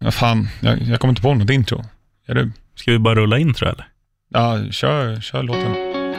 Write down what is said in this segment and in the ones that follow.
Fan, jag kommer inte på något intro. Är du? Ska vi bara rulla in, tror jag, eller? Ja, kör låten.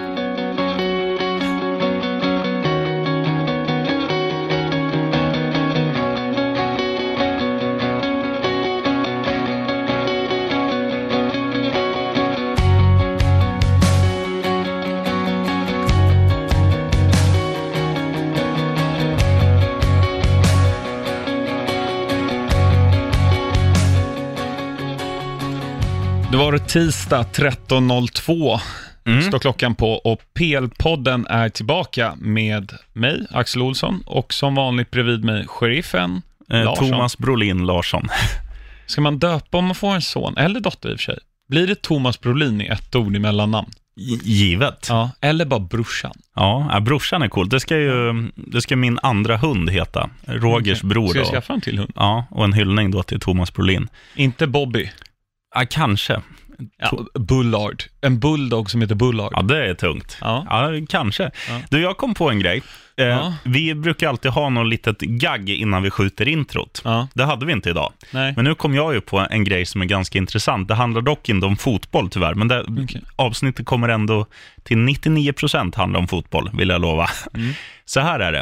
Det var det tisdag 13.02 står klockan på, och PL-podden är tillbaka med mig, Axel Olsson, och som vanligt bredvid mig, sheriffen Larsson. Thomas Brolin Larsson. Ska man döpa om man får en son eller dotter i och för sig? Blir det Thomas Brolin i ett ord i mellannamn? Givet. Ja, eller bara brorsan. Ja, brorsan är cool. Det ska min andra hund heta. Rogers bror. Ska jag skaffa en till hund? Ja, och en hyllning då till Thomas Brolin. Inte Bobby. Ja, kanske. Ja, Bullard. En bulldog som heter Bullard. Ja, det är tungt. Ja, kanske. Ja. Du, jag kom på en grej. Vi brukar alltid ha något litet gagg innan vi skjuter introt. Ja. Det hade vi inte idag. Nej. Men nu kom jag ju på en grej som är ganska intressant. Det handlar dock inte om fotboll tyvärr. Men avsnittet kommer ändå till 99% handla om fotboll, vill jag lova. Så här är det.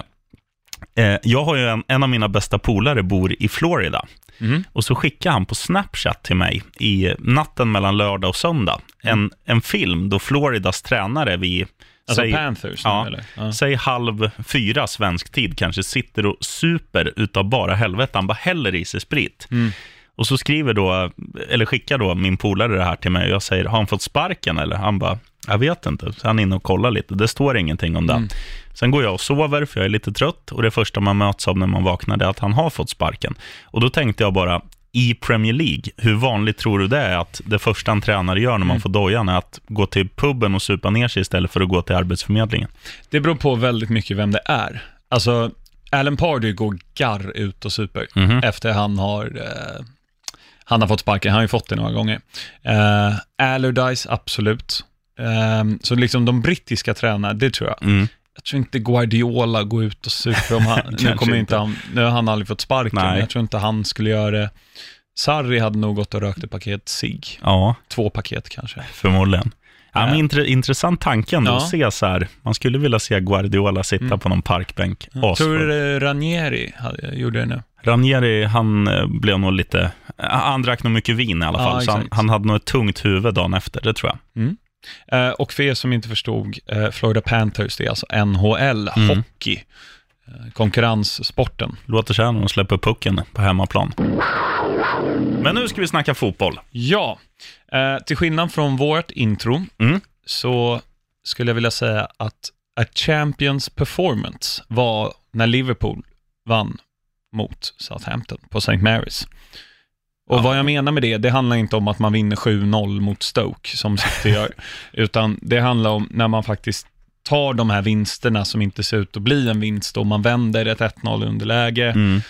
Jag har ju en av mina bästa polare bor i Florida. Och så skickade han på Snapchat till mig i natten mellan lördag och söndag en film då Floridas tränare vid Panthers eller? Ja. Säg 3:30 svensk tid kanske sitter och super utav bara helvete. Han bara häller i sig sprit. Och så skickar då min polare det här till mig, och jag säger, har han fått sparken eller? Han bara, jag vet inte. Så han är inne och kollar lite. Det står ingenting om det. Sen går jag och sover för jag är lite trött, och det första man möts av när man vaknar är att han har fått sparken. Och då tänkte jag bara, i Premier League, hur vanligt tror du det är att det första en tränare gör när man får dojan är att gå till puben och supa ner sig istället för att gå till arbetsförmedlingen? Det beror på väldigt mycket vem det är. Alltså, Alan Pardew går garr ut och super efter han har fått sparken. Han har ju fått det några gånger. Allardyce, absolut. Så liksom de brittiska tränare, det tror jag. Jag tror inte Guardiola går ut och super om han. Nu har han aldrig fått sparken. Nej. Jag tror inte han skulle göra det. Sarri hade nog gått och rökt ett paket cigg. Ja. 2 paket kanske. Förmodligen. Ja, men intressant tanken då, att se så här. Man skulle vilja se Guardiola sitta på någon parkbänk. Tror du Ranieri gjorde det nu? Ranieri, han blev nog lite... Han drack nog mycket vin i alla fall. Så han hade nog ett tungt huvud dagen efter, det tror jag. Och för er som inte förstod, Florida Panthers, det är alltså NHL, hockey, konkurrenssporten. Låter sig när de släpper pucken på hemmaplan. Men nu ska vi snacka fotboll. Ja, till skillnad från vårt intro så skulle jag vilja säga att a champions performance var när Liverpool vann mot Southampton på St. Mary's. Och vad jag menar med det handlar inte om att man vinner 7-0 mot Stoke som City gör, utan det handlar om när man faktiskt tar de här vinsterna som inte ser ut att bli en vinst, och man vänder ett 1-0 underläge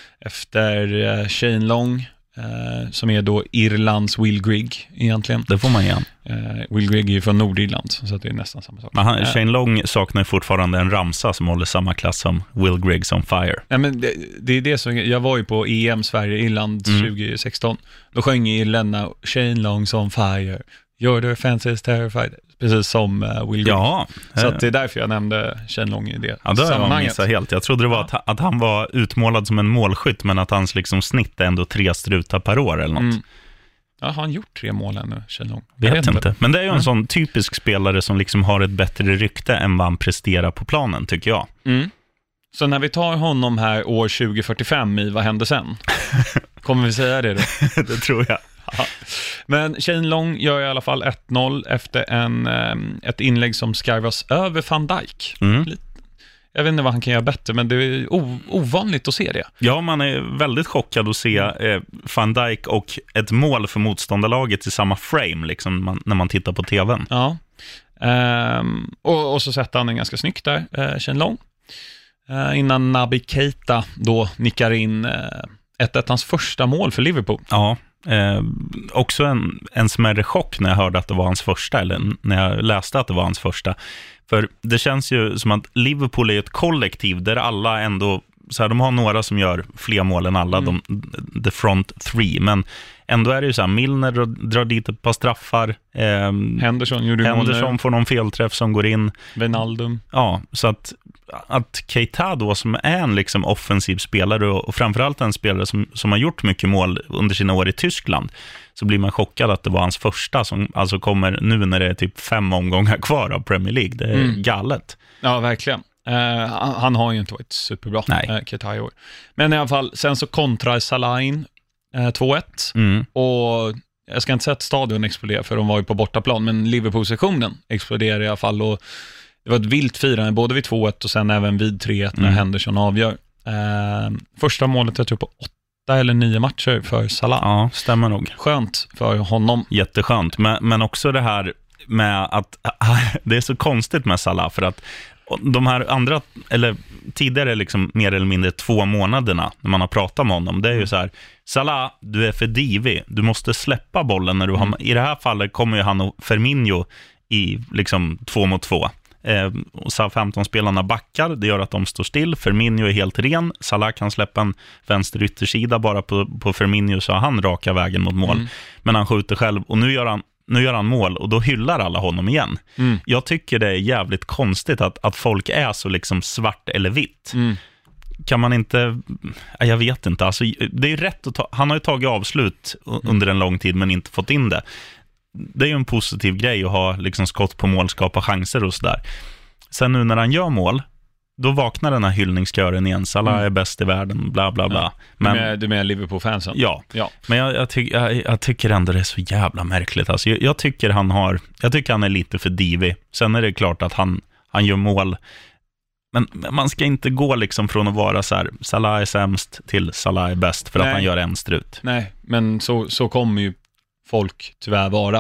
efter Shane Long, som är då Irlands Will Grigg egentligen. Det får man igen. Will Grigg är ju från Nordirland, så det är nästan samma sak. Men Shane Long saknar fortfarande en ramsa som håller samma klass som Will Griggs on Fire. Ja, men det är det som, jag var ju på EM Sverige-Irland 2016. Då sjöng irländarna Shane Long's on fire, you're the fans is terrified. Precis som Will Grigg. Ja. Så att det är därför jag nämnde Shane Long i det sammanhanget. Helt. Jag trodde det var att han var utmålad som en målskytt, men att hans liksom snitt är ändå 3 strutar per år eller något. Ja, har han gjort 3 mål ännu, Shane Long? Vet inte. Men det är ju en sån typisk spelare som liksom har ett bättre rykte än vad han presterar på planen, tycker jag. Så när vi tar honom här år 2045 i Vad hände sen? Kommer vi säga det då? Det tror jag. Men Shane Long gör i alla fall 1-0 efter ett inlägg som skarvas över Van Dijk. Jag vet inte vad han kan göra bättre, men det är ovanligt att se det. Ja, man är väldigt chockad att se Van Dijk och ett mål för motståndarlaget i samma frame liksom, när man tittar på tvn. Ja, och så sätter han en ganska snyggt där, Shane Long. Innan Naby Keita då nickar in hans första mål för Liverpool. Ja. Också en smärre chock när jag hörde att det var hans första, eller när jag läste att det var hans första. För det känns ju som att Liverpool är ett kollektiv där alla ändå så här, de har några som gör fler mål än alla, the front three, men ändå är det ju så här, Milner drar dit ett par straffar. Henderson får någon felträff som går in. Wijnaldum. Ja, så att Keita då, som är en liksom offensiv spelare och framförallt en spelare som har gjort mycket mål under sina år i Tyskland, så blir man chockad att det var hans första som alltså kommer nu när det är typ 5 omgångar kvar av Premier League. Det är galet. Ja, verkligen. Han har ju inte varit superbra, Keita i år. Men i alla fall, sen så kontrar Salah in 2-1 och jag ska inte säga att stadion exploderar för de var ju på bortaplan, men Liverpool-sektionen exploderar i alla fall och det var ett vilt firande både vid 2-1 och sen även vid 3-1 när Henderson avgör. Första målet jag tror på 8 eller 9 matcher för Salah. Ja, stämmer nog. Skönt för honom. Jätteskönt, men också det här med att det är så konstigt med Salah för att de här andra, eller tidigare liksom mer eller mindre 2 månaderna när man har pratat med honom, det är ju så här: Salah, du är för divig, du måste släppa bollen när du har, i det här fallet kommer ju han och Firmino i liksom 2 mot 2. Och Southampton-spelarna backar, det gör att de står still. Firmino är helt ren, Salah kan släppa en vänster yttersida bara på Firmino, så har han raka vägen mot mål. Men han skjuter själv och nu gör han mål och då hyllar alla honom igen. Jag tycker det är jävligt konstigt att folk är så liksom svart eller vitt. Kan man inte, jag vet inte, alltså, det är ju rätt att han har ju tagit avslut under en lång tid men inte fått in det. Det är ju en positiv grej att ha liksom skott på mål, skapa chanser och sådär. Sen nu när han gör mål, då vaknar den här hyllningskören igen. Salah är bäst i världen, bla bla bla. Men, du med Liverpool-fansen? Ja. Men jag tycker ändå det är så jävla märkligt. Alltså, jag tycker han är lite för divig. Sen är det klart att han gör mål. Men man ska inte gå liksom från att vara så här, Salah är sämst till Salah är bäst för att han gör en strut. Nej, men så kommer ju folk tyvärr vara.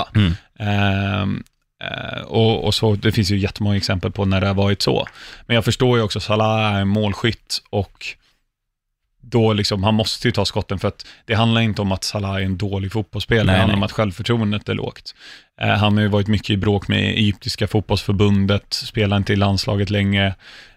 Och så, det finns ju jättemånga exempel på när det har varit så. Men jag förstår ju också att Salah är en målskytt och då liksom, han måste ju ta skotten för att det handlar inte om att Salah är en dålig fotbollsspelare. Det handlar om att självförtroendet är lågt. Han har ju varit mycket i bråk med egyptiska fotbollsförbundet, spelar inte i landslaget länge.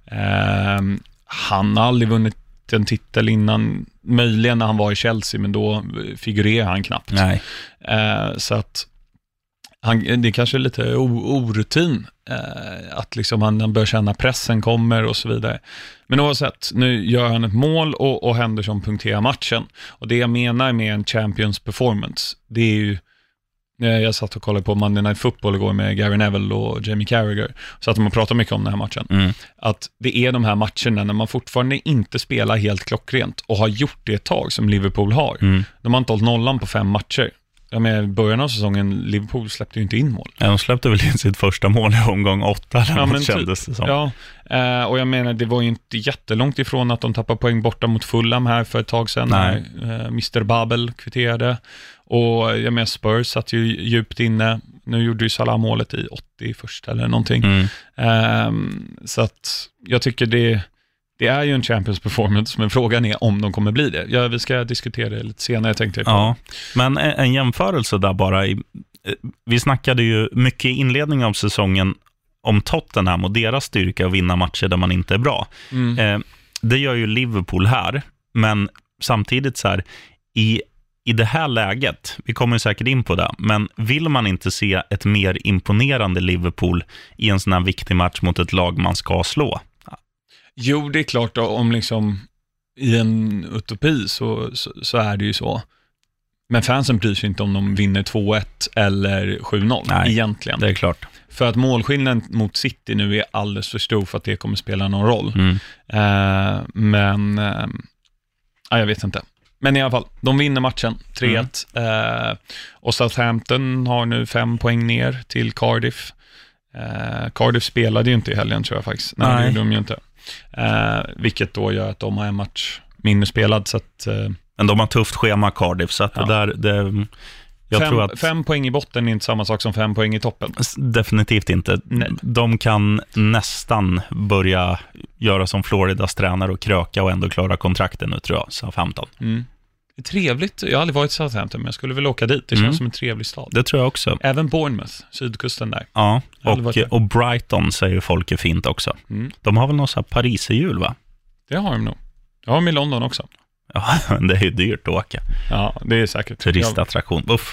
Han har aldrig vunnit en titel innan, möjligen när han var i Chelsea, men då figurerar han knappt. Så att det kanske är lite orutin att liksom han bör känna pressen kommer och så vidare. Men oavsett, nu gör han ett mål och Henderson punkterar matchen. Och det jag menar med en Champions performance, det är ju, jag satt och kollade på Monday Night Football igår med Gary Neville och Jamie Carragher, så att de har pratat mycket om den här matchen. Att det är de här matcherna när man fortfarande inte spelar helt klockrent och har gjort det ett tag som Liverpool har. De har inte hållit nollan på 5 matcher. Ja, men i början av säsongen, Liverpool släppte ju inte in mål. Ja, de släppte väl in sitt första mål i omgång 8 eller något kändes det som. Ja, och jag menar, det var ju inte jättelångt ifrån att de tappade poäng borta mot Fulham här för ett tag sedan. När Mr. Babel kvitterade. Och jag menar, Spurs satt ju djupt inne. Nu gjorde ju Salah målet i 81 eller någonting. Så att jag tycker det är ju en Champions performance, men frågan är om de kommer bli det. Ja, vi ska diskutera det lite senare, tänkte jag på. Ja, men en jämförelse där bara. Vi snackade ju mycket i inledningen av säsongen om Tottenham och deras styrka att vinna matcher där man inte är bra. Det gör ju Liverpool här, men samtidigt så här, i det här läget, vi kommer säkert in på det, men vill man inte se ett mer imponerande Liverpool i en sån här viktig match mot ett lag man ska slå? Jo, det är klart då, om liksom i en utopi så är det ju så. Men fansen bryr sig inte om de vinner 2-1 eller 7-0 egentligen. Det är klart. För att målskillnaden mot City nu är alldeles för stor för att det kommer spela någon roll. Jag vet inte. Men i alla fall, de vinner matchen 3-1. Och Southampton har nu 5 poäng ner till Cardiff. Cardiff spelade ju inte i helgen, tror jag faktiskt. Nej, det gjorde de ju inte. Vilket då gör att de har en match mindre spelad. Så att, men de har tufft schema, Cardiff. Så att tror att 5 poäng i botten är inte samma sak som 5 poäng i toppen. Definitivt inte. Nej. De kan nästan börja göra som Floridas tränare och kröka och ändå klara kontrakten nu, tror jag, Southampton. Det är trevligt. Jag har aldrig varit i Southampton, men jag skulle väl åka dit. Det känns som en trevlig stad. Det tror jag också. Även Bournemouth, sydkusten där. Ja, och Brighton säger folk är fint också. De har väl någon sån här Paris-jul, va? Det har de nog. Jag har med i London också. Ja, men det är ju dyrt att åka. Ja, det är säkert. Turistattraktion. Uff.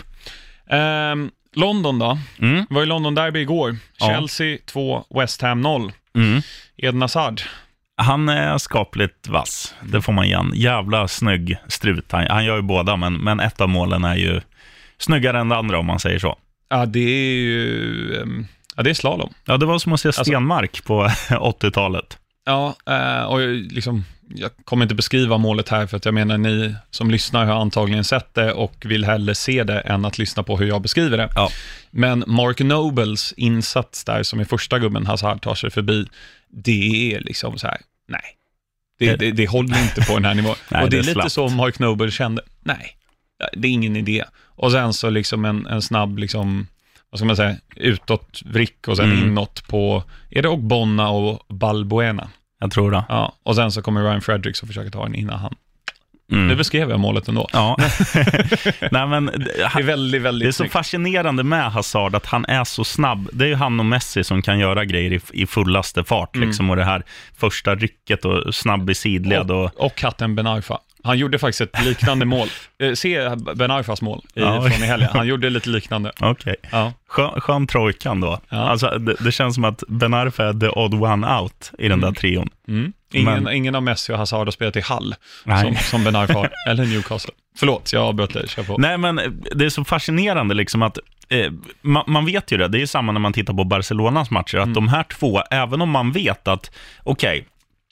London då. Var i London Derby igår. Chelsea 2, West Ham 0. Eden Hazard. Han är skapligt vass. Det får man igen. Jävla snygg strut. Han gör ju båda, men ett av målen är ju snyggare än det andra, om man säger så. Ja, det är ju... Ja, det är slalom. Ja, det var som att se Stenmark på 80-talet. Ja, och liksom, jag kommer inte beskriva målet här, för att jag menar, ni som lyssnar har antagligen sett det och vill hellre se det än att lyssna på hur jag beskriver det. Ja. Men Mark Nobles insats där, som är första gubben Hazard tar sig förbi, det är liksom så här, nej. Det håller inte på den här nivån. Nej, och det är lite slappt. så Mark Noble kände, nej, det är ingen idé. Och sen så liksom en snabb liksom, vad ska man säga, utåt vrick och sen inåt på, är det Ogbonna och Balbuena? Jag tror det. Ja, och sen så kommer Ryan Fredericks och försöker ta den innan han. Nu beskrev jag målet ändå. Ja. Nej, men det är väldigt, väldigt det är så snyggt. Fascinerande med Hazard att han är så snabb. Det är ju han och Messi som kan göra grejer i fullaste fart. Liksom, och det här första rycket och snabb i sidled. Och katten Ben Arfa. Han gjorde faktiskt ett liknande mål. Se Ben Arfas mål från i helgen. Han gjorde lite liknande. Okej. Ja. Skön trojkan då. Ja. Alltså, det känns som att Ben Arfa är the odd one out i den där trion. Ingen av Messi och Hazard har spelat i Hull som Ben Arfa har. Eller Newcastle. Förlåt, jag avbröt dig. Kör på. Nej, men det är så fascinerande liksom att man vet ju det. Det är samma när man tittar på Barcelonas matcher. Att de här två, även om man vet att okej,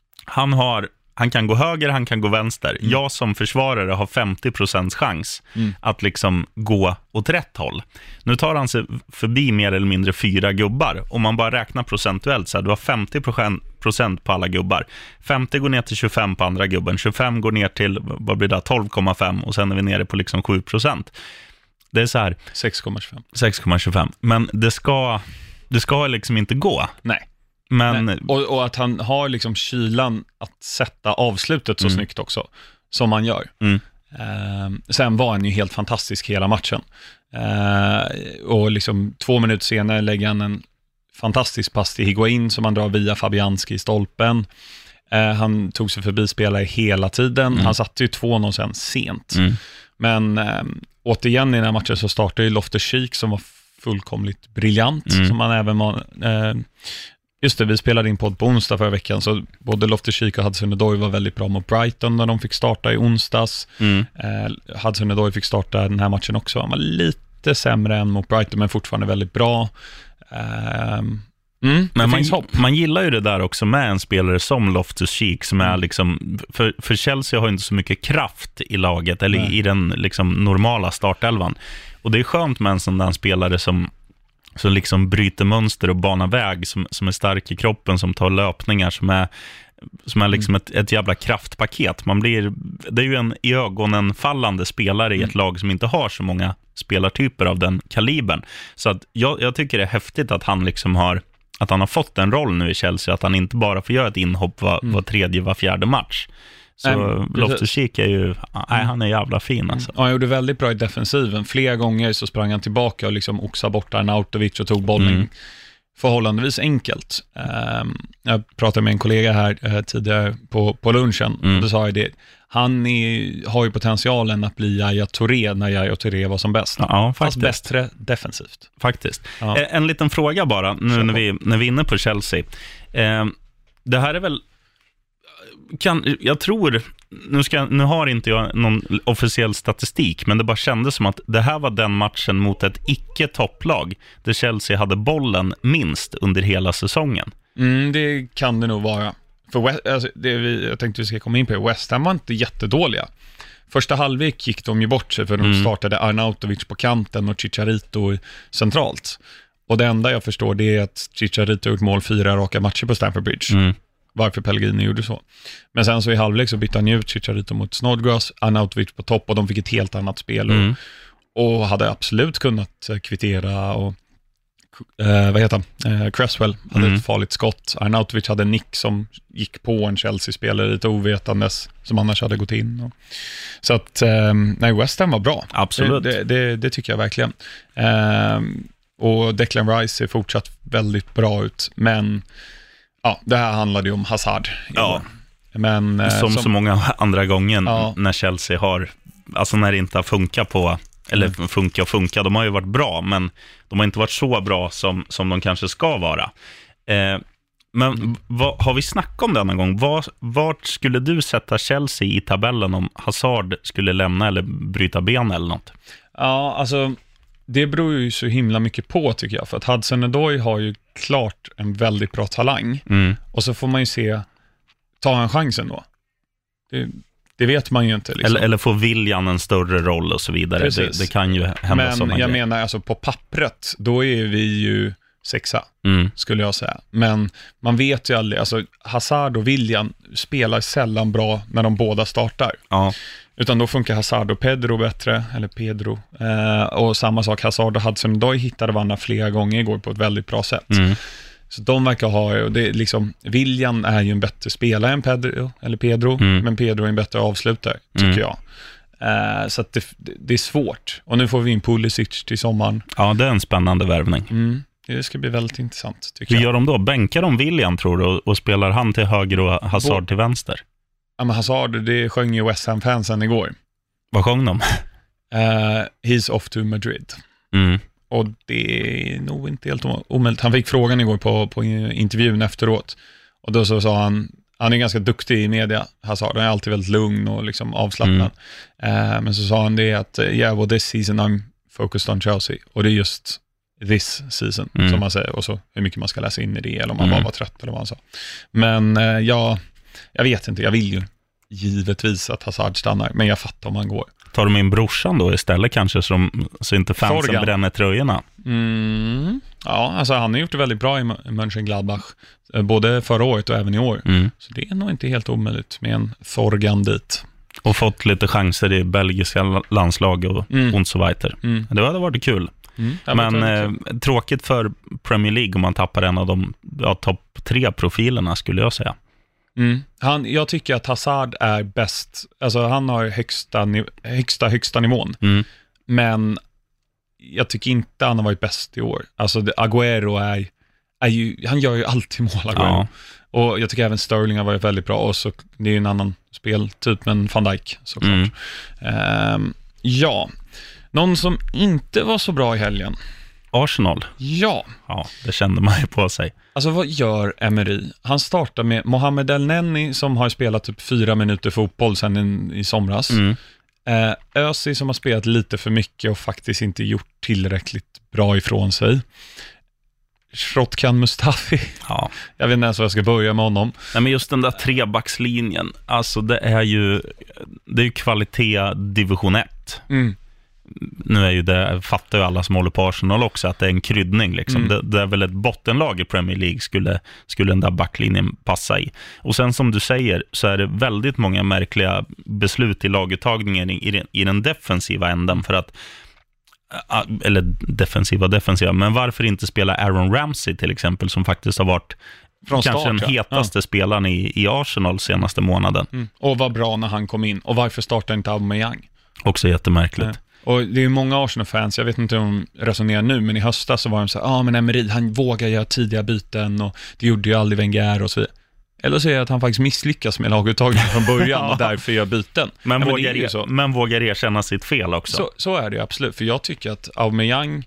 han kan gå höger, han kan gå vänster. Jag som försvarare har 50% chans att liksom gå åt rätt håll. Nu tar han sig förbi mer eller mindre 4 gubbar. Om man bara räknar procentuellt så här, du har 50% på alla gubbar. 50 går ner till 25 på andra gubben. 25 går ner till, vad blir det, 12,5 och sen är vi nere på liksom 7%. Det är så här 6,25. Men det ska liksom inte gå. Nej. Men och att han har liksom kylan att sätta avslutet så snyggt också, som han gör. Sen var han ju helt fantastisk hela matchen. Och liksom 2 minuter senare lägger han en fantastisk pass till Higuain som han drar via Fabianski i stolpen. Han tog sig förbi spelare hela tiden. Han satte ju 2-0 sen sent. Men återigen i den här matchen så startade ju Loftus-Cheek som var fullkomligt briljant. Som han även var... Just det, vi spelade in på onsdag förra veckan, så både Loftus-Cheek och Hudson-Odoi var väldigt bra mot Brighton när de fick starta i onsdags. Hudson-Odoi fick starta den här matchen också. Han var lite sämre än mot Brighton, men fortfarande väldigt bra. Men man gillar ju det där också med en spelare som Loftus-Cheek som är liksom, för Chelsea har inte så mycket kraft i laget eller i den liksom normala startelvan. Och det är skönt med en sån där spelare som liksom bryter mönster och banar väg, som är stark i kroppen, som tar löpningar, som är liksom ett jävla kraftpaket. Det är ju en i ögonen fallande spelare i ett lag som inte har så många spelartyper av den kalibern. Så att jag tycker det är häftigt att han liksom har fått en roll nu i Chelsea, att han inte bara får göra ett inhopp var tredje, var fjärde match. Så Loftus-Cheek är ju han är jävla fin alltså. Ja, han gjorde väldigt bra i defensiven. Flera gånger så sprang han tillbaka och liksom oxade bort Arnautovic och tog bollen förhållandevis enkelt. Jag pratade med en kollega här tidigare på lunchen och då sa jag det. Han har ju potentialen att bli Yaya Touré när Yaya Touré var som bäst. Ja, fast bättre defensivt. Faktiskt. Ja. En liten fråga bara nu när vi är inne på Chelsea. Det här är väl jag tror, nu har inte jag någon officiell statistik, men det bara kändes som att det här var den matchen mot ett icke-topplag där Chelsea hade bollen minst under hela säsongen. Det kan det nog vara. För jag tänkte vi ska komma in på West Ham var inte jättedåliga. Första halvlek gick de ju bort sig för de startade Arnautovic på kanten och Chicharito centralt. Och det enda jag förstår det är att Chicharito gjort mål 4 raka matcher på Stamford Bridge. Varför Pellegrini gjorde så. Men sen så i halvlek så bytte han ut Chicharito mot Snodgrass, Arnautovic på topp och de fick ett helt annat spel och hade absolut kunnat kvittera och Cresswell hade ett farligt skott. Arnautovic hade en nick som gick på en Chelsea-spelare lite ovetandes som annars hade gått in. Så att West Ham var bra. Absolut. Det tycker jag verkligen. Och Declan Rice ser fortsatt väldigt bra ut, men det här handlade ju om Hazard. Ja. Men, som så många andra gånger när Chelsea har, alltså när det inte har funkat på, eller funka, de har ju varit bra, men de har inte varit så bra som de kanske ska vara. Men har vi snackat om det någon gång? Vart skulle du sätta Chelsea i tabellen om Hazard skulle lämna eller bryta ben eller något? Ja, alltså det beror ju så himla mycket på, tycker jag. För att Hudson-Odoi har ju klart en väldigt bra talang. Och så får man ju se, tar han chansen då? Det vet man ju inte. Liksom. Eller får Willian en större roll och så vidare. Det kan ju hända sådana Men jag grejer. menar, alltså på pappret, då är vi ju 6, skulle jag säga. Men man vet ju aldrig, alltså Hazard och Willian spelar sällan bra när de båda startar. Ja. Utan då funkar Hazard och Pedro bättre, eller Pedro. Och samma sak, Hazard och Hudson-Odoi hittade varandra flera gånger igår på ett väldigt bra sätt. Så de verkar ha, och det är liksom, Willian är ju en bättre spelare än Pedro, men Pedro är en bättre avslutare, tycker jag. Så att det är svårt. Och nu får vi in Pulisic till sommaren. Ja, det är en spännande värvning. Det ska bli väldigt intressant, tycker jag. Hur gör de då? Bänkar de William, tror du, och spelar han till höger och Hazard till vänster? Ja, men Hazard, det sjöng ju West Ham-fansen igår. Vad sjöng de? He's off to Madrid. Och det är nog inte helt omöjligt. Han fick frågan igår på intervjun efteråt. Och då så sa han är ganska duktig i media, Hazard. Han är alltid väldigt lugn och liksom avslappnad. Men så sa han det att, well, this season I'm focused on Chelsea. Och det är just this season, som man säger. Och så hur mycket man ska läsa in i det, eller om man bara var trött, eller vad han sa. Men jag vet inte, jag vill ju givetvis att Hazard stannar, men jag fattar om han går. Tar de in brorsan då istället kanske, så inte fansen Thorgan bränner tröjorna? Ja, alltså han har gjort det väldigt bra i Mönchengladbach, både förra året och även i år. Så det är nog inte helt omöjligt med en Thorgan dit. Och fått lite chanser i belgiska landslag och så vidare. Det hade varit kul. Men tråkigt för Premier League om man tappar en av de topp 3 profilerna, skulle jag säga. Jag tycker att Hazard är bäst. Alltså han har högsta nivån. Men jag tycker inte han har varit bäst i år. Alltså Agüero är ju, han gör ju alltid mål, Agüero. Ja. Och jag tycker även Sterling har varit väldigt bra. Och så, det är ju en annan speltyp, men Van Dijk såklart. Någon som inte var så bra i helgen. Arsenal. Ja, det kände man ju på sig. Alltså vad gör Emery? Han startar med Mohamed El-Neni som har spelat typ 4 minuter fotboll sedan i somras. Özil som har spelat lite för mycket och faktiskt inte gjort tillräckligt bra ifrån sig. Shrotkan Mustafi. Jag vet inte ens vad jag ska börja med honom. Nej, men just den där 3-backslinjen, alltså det är ju kvalitet division 1. Nu är ju det, fattar ju alla som håller på Arsenal också, att det är en kryddning liksom. Det är väl ett bottenlag i Premier League skulle den där backlinjen passa i. Och sen som du säger så är det väldigt många märkliga beslut i laguttagningen i den defensiva änden, för att eller defensiva, men varför inte spela Aaron Ramsey till exempel, som faktiskt har varit från kanske start, den hetaste spelaren i Arsenal senaste månaden. Och var bra när han kom in. Och varför startar inte Aubameyang? Också jättemärkligt. Och det är ju många Arsenal-fans, jag vet inte om de resonerar nu, men i höstas så var de så här, men Emery, han vågar göra tidiga byten och det gjorde ju aldrig Wenger och så vidare. Eller så är det att han faktiskt misslyckas med laguttagningen från början och därför gör byten. Men vågar erkänna sitt fel också. Så är det absolut, för jag tycker att Aubameyang,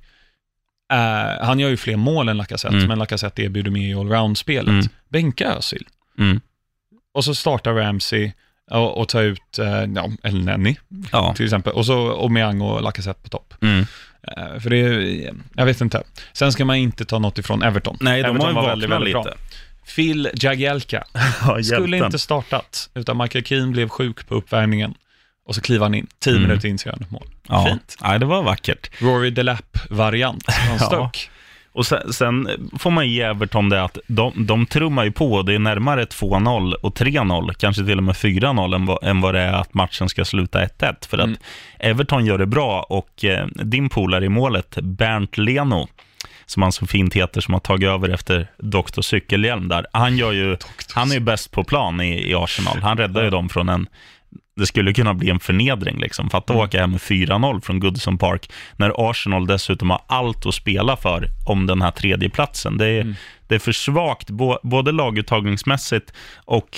han gör ju fler mål än Lacazette, men Lacazette erbjuder med i allround-spelet. Bänka Özil. Och så startar Ramsey och ta ut El-Neni till exempel. Och så Aubameyang och Lacazette på topp. För det är, jag vet inte. Sen ska man inte ta något ifrån Everton. Nej, de Everton har ju väldigt, väldigt bra. Phil Jagielka skulle inte startat, utan Michael Keane blev sjuk på uppvärmningen. Och så kliver han in 10 minuter in så gör han ett mål. Fint. Ja, det var vackert. Rory Delap-variant. Och sen får man ge Everton det att de trummar ju på. Det är närmare 2-0 och 3-0, kanske till och med 4-0 än vad det är att matchen ska sluta 1-1. För att Everton gör det bra, och din polare i målet, Bernd Leno, som han så fint heter, som har tagit över efter Dr. Cykelhjälm där. Han är ju bäst på plan i Arsenal. Han räddar ju dem från det skulle kunna bli en förnedring liksom. För att åka hem med 4-0 från Goodison Park, när Arsenal dessutom har allt att spela för om den här 3:e platsen. Det är för svagt, både laguttagningsmässigt och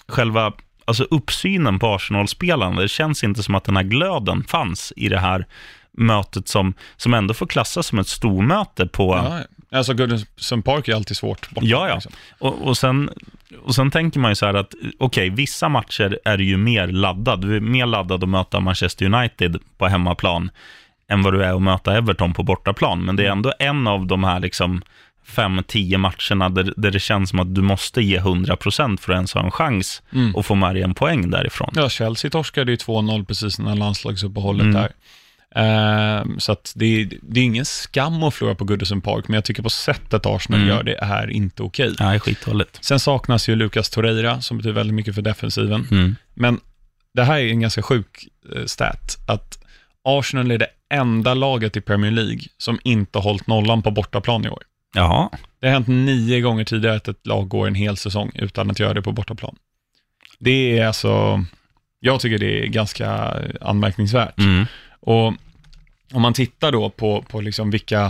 själva alltså uppsynen på Arsenal-spelarna, det känns inte som att den här glöden fanns i det här mötet som ändå får klassas som ett stormöte på... Ja, alltså Goodison Park är alltid svårt borta. Ja. Liksom. Och sen tänker man ju så här att vissa matcher är ju mer laddad. Du är mer laddad att möta Manchester United på hemmaplan än vad du är att möta Everton på bortaplan. Men det är ändå en av de här liksom 5-10 matcherna där det känns som att du måste ge 100% för att ens ha en chans att få med dig en poäng därifrån. Ja, Chelsea torskade ju 2-0 precis när landslagsuppehållet där. Så att det är ingen skam att förlora på Goodison Park, men jag tycker på sättet Arsenal gör det är inte okej. Nej, skithålligt. Sen saknas ju Lucas Torreira som betyder väldigt mycket för defensiven. Men det här är en ganska sjuk stat, att Arsenal är det enda laget i Premier League som inte har hållit nollan på bortaplan i år. Jaha. Det har hänt 9 gånger tidigare att ett lag går en hel säsong utan att göra det på bortaplan. Det är alltså, jag tycker det är ganska anmärkningsvärt. Och om man tittar då på liksom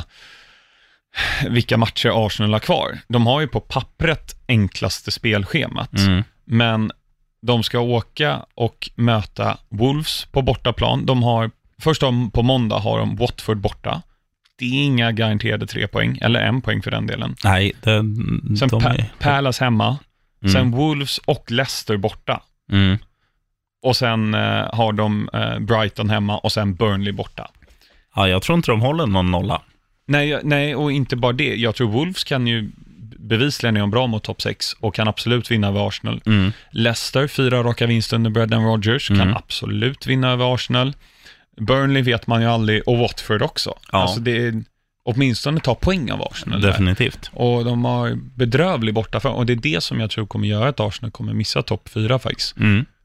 vilka matcher Arsenal har kvar. De har ju på pappret enklaste spelschemat. Men de ska åka och möta Wolves på bortaplan. Först på måndag har de Watford borta. Det är inga garanterade 3 poäng, eller 1 poäng för den delen. Nej, sen Palace hemma. Sen Wolves och Leicester borta. Och sen har de Brighton hemma och sen Burnley borta. Ja, jag tror inte de håller någon nolla. Nej, och inte bara det. Jag tror Wolves kan ju bevisligen är bra mot topp 6 och kan absolut vinna över Arsenal. Leicester, 4 raka vinster under Brendan Rodgers, kan absolut vinna över Arsenal. Burnley vet man ju aldrig, och Watford också. Ja. Alltså det är åtminstone ta poäng av Arsenal. Definitivt. Där. Och de har bedrövlig bortaför. Och det är det som jag tror kommer göra att Arsenal kommer missa topp 4 faktiskt.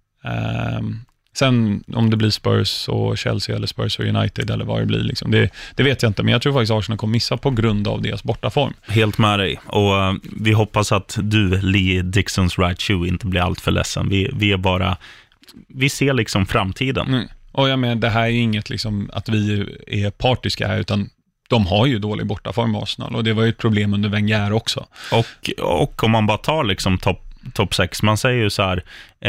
Sen om det blir Spurs och Chelsea eller Spurs och United eller vad det blir liksom, det vet jag inte, men jag tror faktiskt Arsenal kommer missa på grund av deras bortaform. Helt med dig, och vi hoppas att du, Lee Dixons right shoe, inte blir allt för ledsen. Vi ser liksom framtiden. Och jag menar, det här är inget liksom att vi är partiska här, utan de har ju dålig bortaform med Arsenal, och det var ju ett problem under Wenger också. Och om man bara tar liksom topp 6, man säger ju så här,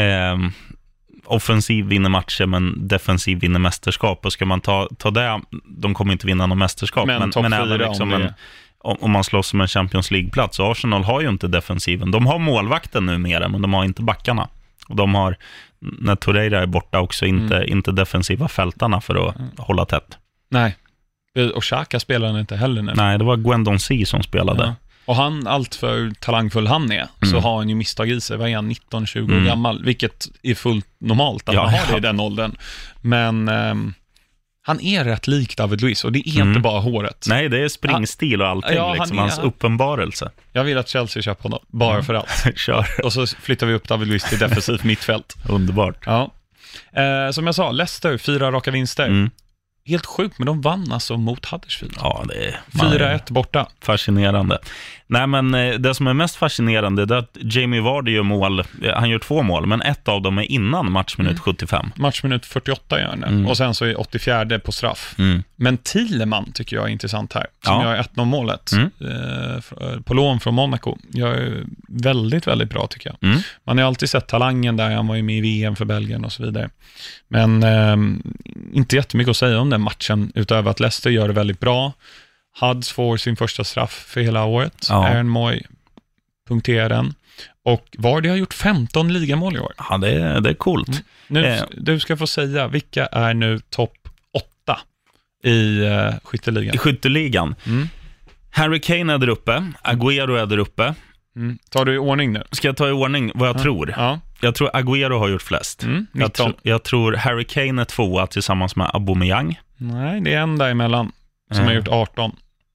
offensiv vinner matcher men defensiv vinner mästerskap, och ska man ta det, de kommer inte vinna någon mästerskap, men även liksom om man slåss om en Champions League-plats. Arsenal har ju inte defensiven, de har målvakten numera, men de har inte backarna, och de har, när Torreira är borta också, inte defensiva fältarna för att hålla tätt. Nej, och Xhaka spelar inte heller nu. Nej, det var Gwendon C som spelade. Ja. Och han, allt för talangfull han är, så har han ju misstag i sig. Vad är han, 19-20 år gammal? Vilket är fullt normalt att man har det i den åldern. Men han är rätt lik David Luiz, och det är inte bara håret. Nej, det är springstil och allting, liksom, hans uppenbarelse. Jag vill att Chelsea köper honom, bara för allt. Kör. Och så flyttar vi upp David Luiz till defensivt mittfält. Underbart. Ja. Som jag sa, Leicester, 4 raka vinster. Helt sjukt, men de vann alltså mot Huddersfield. Ja, det är 4-1 borta. Fascinerande. Nej, men det som är mest fascinerande är att Jamie Vardy gör mål. Han gör 2 mål, men ett av dem är innan matchminut 75. Matchminut 48 gör han. Och sen så är 84 på straff. Men Thielemann tycker jag är intressant här. Som gör 1-0 målet. På lån från Monaco. Jag är väldigt, väldigt bra tycker jag. Man har alltid sett talangen där. Han var ju med i VM för Belgien och så vidare. Men inte jättemycket att säga om den matchen, utöver att Leicester gör det väldigt bra. Hudds får sin första straff för hela året. Aaron Moy punkterar den. Och Vardy har gjort 15 ligamål i år. Ja, det är coolt. Nu, du ska få säga, vilka är nu topp 8 i skytteligan? I skytteligan. Harry Kane är där uppe. Agüero är där uppe. Tar du i ordning nu? Ska jag ta i ordning vad jag tror? Ja. Jag tror Agüero har gjort flest. Jag tror Harry Kane är 2 tillsammans med Aubameyang. Nej, det är en däremellan som har gjort 18.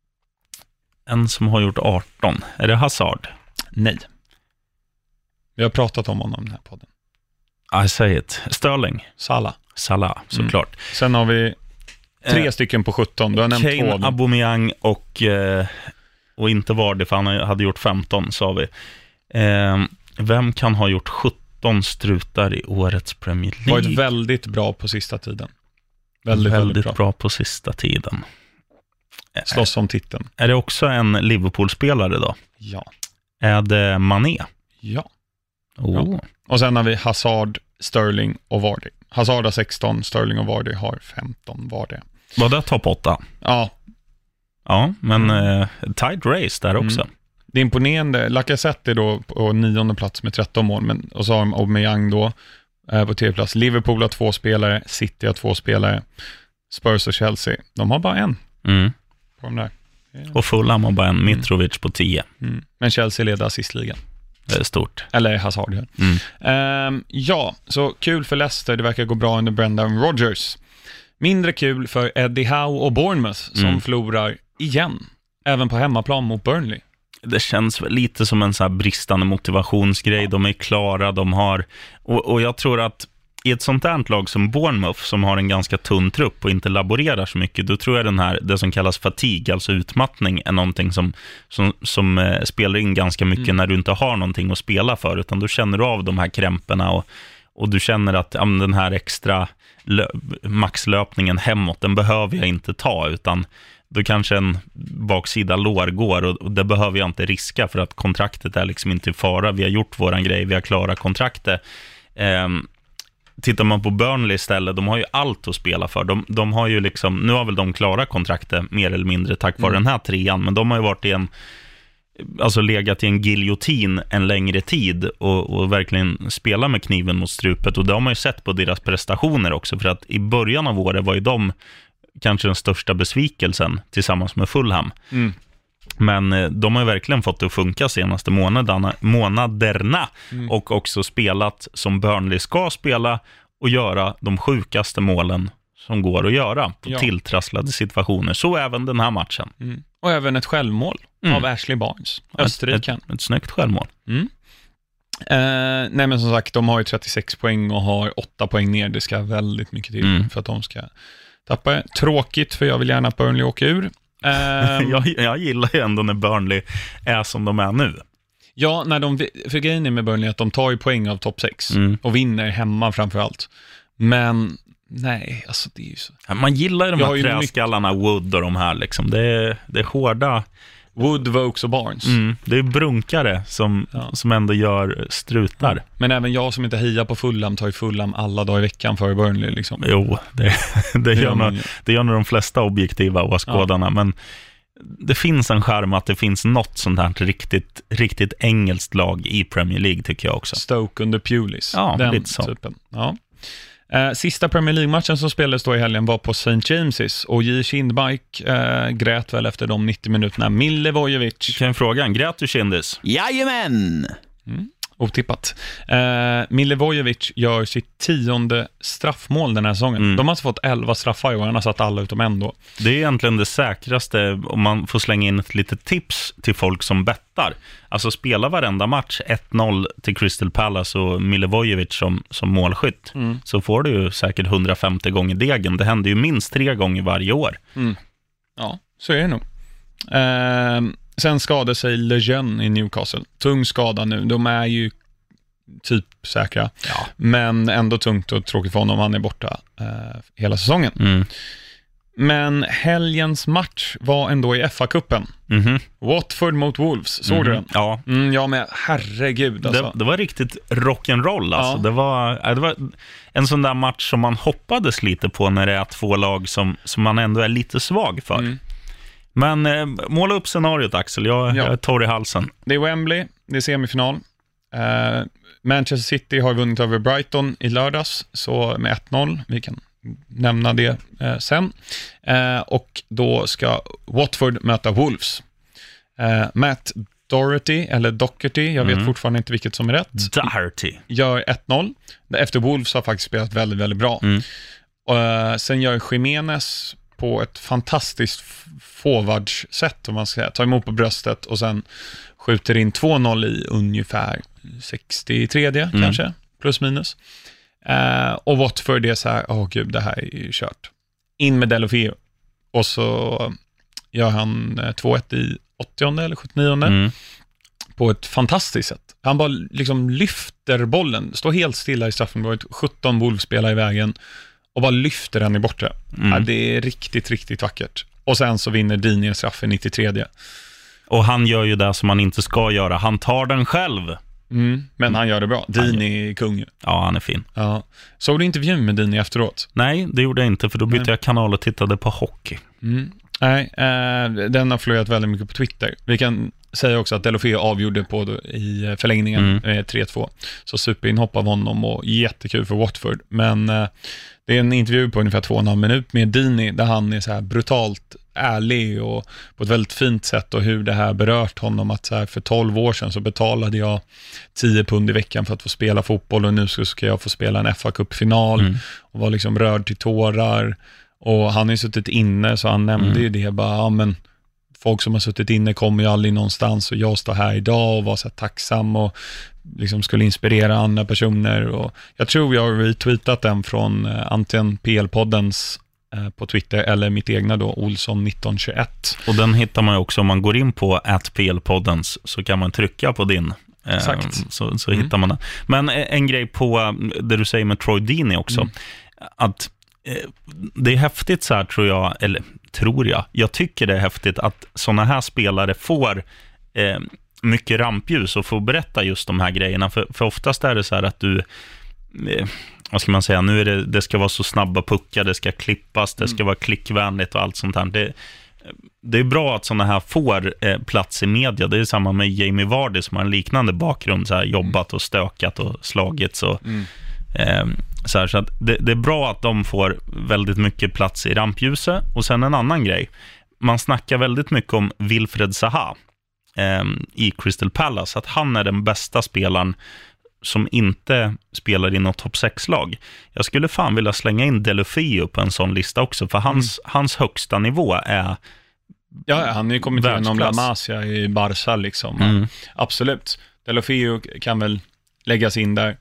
En som har gjort 18. Är det Hazard? Nej. Vi har pratat om honom i den här podden. I say it. Sterling. Salah, såklart. Sen har vi 3 stycken på 17. Du har nämnt Kane, 2 av dem. Aubameyang och inte Vardy, för han hade gjort 15, sa vi. Vem kan ha gjort 17 strutar i årets Premier League? Varit väldigt bra på sista tiden. Väldigt bra på sista tiden. Slåss om titeln. Är det också en Liverpool-spelare då? Ja. Är det Mané? Ja. Oh. Och sen har vi Hazard, Sterling och Vardy. Hazard har 16, Sterling och Vardy har 15 Vardy. Var det topp 8? Ja. Ja, men tight race där också. Det är imponerande. Lacazette är då på 9:e plats med 13 mål. Och så har de Aubameyang då på 3:e plats. Liverpool har 2 spelare. City har 2 spelare. Spurs och Chelsea. De har bara en på de där. Och Fulham har bara en. Mitrovic på 10. Men Chelsea leder assistligan. Det är stort. Eller Hazard. Ja, så kul för Leicester. Det verkar gå bra under Brendan Rodgers. Mindre kul för Eddie Howe och Bournemouth som förlorar igen. Även på hemmaplan mot Burnley. Det känns väl lite som en så här bristande motivationsgrej. De är klara, de har... Och jag tror att i ett sånt här lag som Bournemouth, som har en ganska tunn trupp och inte laborerar så mycket, då tror jag det som kallas fatigue, alltså utmattning, är någonting som spelar in ganska mycket när du inte har någonting att spela för, utan då känner du av de här krämporna och du känner att den här extra maxlöpningen hemåt, den behöver jag inte ta, utan då kanske en baksida lår går och det behöver jag inte riska för att kontraktet är liksom inte i fara. Vi har gjort våran grej, vi har klarat kontraktet. Tittar man på Burnley istället, de har ju allt att spela för. De har ju liksom, nu har väl de klarat kontraktet mer eller mindre tack vare den här 3:an, men de har ju varit legat i en giljotin en längre tid och verkligen spela med kniven mot strupet, och det har man ju sett på deras prestationer också, för att i början av året var ju de kanske den största besvikelsen tillsammans med Fulham. Men de har ju verkligen fått det att funka senaste månaderna och också spelat som Burnley ska spela och göra de sjukaste målen som går att göra på tilltrasslade situationer. Så även den här matchen. Och även ett självmål av Ashley Barnes, Österriken. Ett snyggt självmål. Nej, men som sagt, de har ju 36 poäng och har 8 poäng ner. Det ska väldigt mycket till för att de ska tappa. Tråkigt, för jag vill gärna att Burnley åker ur. Jag gillar ju ändå när Burnley är som de är nu. Ja, för grejen är med Burnley att de tar ju poäng av topp 6 och vinner hemma framförallt. Men nej, alltså det är ju så. Man gillar ju de här träskallarna, Wood och de här liksom. Det är hårda. Wood, Vokes och Barnes. Det är brunkare som ändå gör strutar. Men även jag som inte hejar på Fulham tar ju Fulham alla dagar i veckan för Burnley liksom. Jo, det gör nog de flesta objektiva åskådarna, men det finns en charm att det finns något sånt här riktigt, riktigt engelskt lag i Premier League, tycker jag också. Stoke under Pulis. Ja, den lite så. Typen. Ja. Sista Premier League-matchen som spelades då i helgen var på St. James's, och J. Kindbike grät väl efter de 90 minuterna. Milivojevic. Kan jag fråga, grät du Kindis? Jajamän! Otippat. Milivojevic gör sitt 10:e straffmål den här säsongen. De har alltså fått 11 straffar i år, han har satt alla utom en då. Det är egentligen det säkraste, om man får slänga in ett litet tips till folk som bettar. Alltså spela varenda match 1-0 till Crystal Palace och Milivojevic som målskytt. Så får du ju säkert 150 gånger degen. Det händer ju minst 3 gånger varje år. Ja, så är det nog. Sen skadade sig Lejeune i Newcastle. Tung skada nu. De är ju typ säkra. Ja. Men ändå tungt och tråkigt för honom. Han är borta hela säsongen. Men helgens match var ändå i FA-cupen. Watford mot Wolves. Såg du den? Ja. Ja, men herregud alltså. Det var riktigt rock'n'roll alltså. Det var en sån där match som man hoppades lite på när det är 2 lag som man ändå är lite svag för. Men måla upp scenariot, Axel. Jag är torr i halsen. Det är Wembley, det är semifinal. Manchester City har vunnit över Brighton i lördags, så med 1-0. Vi kan nämna det sen. Och då ska Watford möta Wolves. Matt Doherty, eller Doherty, jag vet fortfarande inte vilket som är rätt. Doherty. Gör 1-0. Efter Wolves har faktiskt spelat väldigt, väldigt bra. Sen gör Jimenez på ett fantastiskt forwardssätt, om man ska säga. Tar emot på bröstet och sen skjuter in 2-0 i ungefär 63 kanske, plus minus. Och Watford är så här, gud, det här är ju kört. In med Delofeo. Och så gör han 2-1 i 80 eller 79 på ett fantastiskt sätt. Han bara liksom lyfter bollen, står helt stilla i straffområdet, 17 Wolves-spelare i vägen och bara lyfter den i bortre. Ja, det är riktigt, riktigt vackert. Och sen så vinner Digne straffen 93. Och han gör ju det som han inte ska göra. Han tar den själv. Men han gör det bra. Dini är kung. Ja, han är fin. Ja. Såg du intervjun med Dini efteråt? Nej, det gjorde jag inte, för då bytte jag kanal och tittade på hockey. Nej, den har florerat väldigt mycket på Twitter. Vi kan säga också att Deulofeu avgjorde i förlängningen 3-2. Så superinhopp av honom och jättekul för Watford. Men det är en intervju på ungefär 2,5 minut med Dini där han är så här brutalt ärlig och på ett väldigt fint sätt, och hur det här berört honom, att så här, för 12 år sedan så betalade jag 10 pund i veckan för att få spela fotboll, och nu ska jag få spela en FA-cupfinal och var liksom rörd till tårar. Och han har ju suttit inne, så han nämnde ju det bara, ja, men folk som har suttit inne kommer ju aldrig någonstans, och jag står här idag och var så här tacksam och liksom skulle inspirera andra personer. Och jag tror jag har retweetat den från antingen PL-poddens på Twitter eller mitt egna då, Olsson 1921. Och den hittar man ju också om man går in på @PL-poddens, så kan man trycka på din. Exakt. Så hittar man den. Men en grej på det du säger med Troy Deeney också, att det är häftigt så här, tror jag. Jag tycker det är häftigt att såna här spelare får mycket rampljus och får berätta just de här grejerna. För oftast är det så här att du, vad ska man säga, nu är det ska vara så snabba puckar, det ska klippas, det ska vara klickvänligt och allt sånt här. Det är bra att såna här får plats i media. Det är samma med Jamie Vardy som har en liknande bakgrund, så här, jobbat och stökat och slagits och så att det är bra att de får väldigt mycket plats i rampljuset. Och sen en annan grej, man snackar väldigt mycket om Wilfred Zaha i Crystal Palace, att han är den bästa spelaren som inte spelar i något topp 6-lag. Jag skulle fan vilja slänga in Deulofeu på en sån lista också, för hans högsta nivå är... Ja, han är ju kommit igenom La Masia i Barca liksom. Absolut. Deulofeu kan väl läggas in där.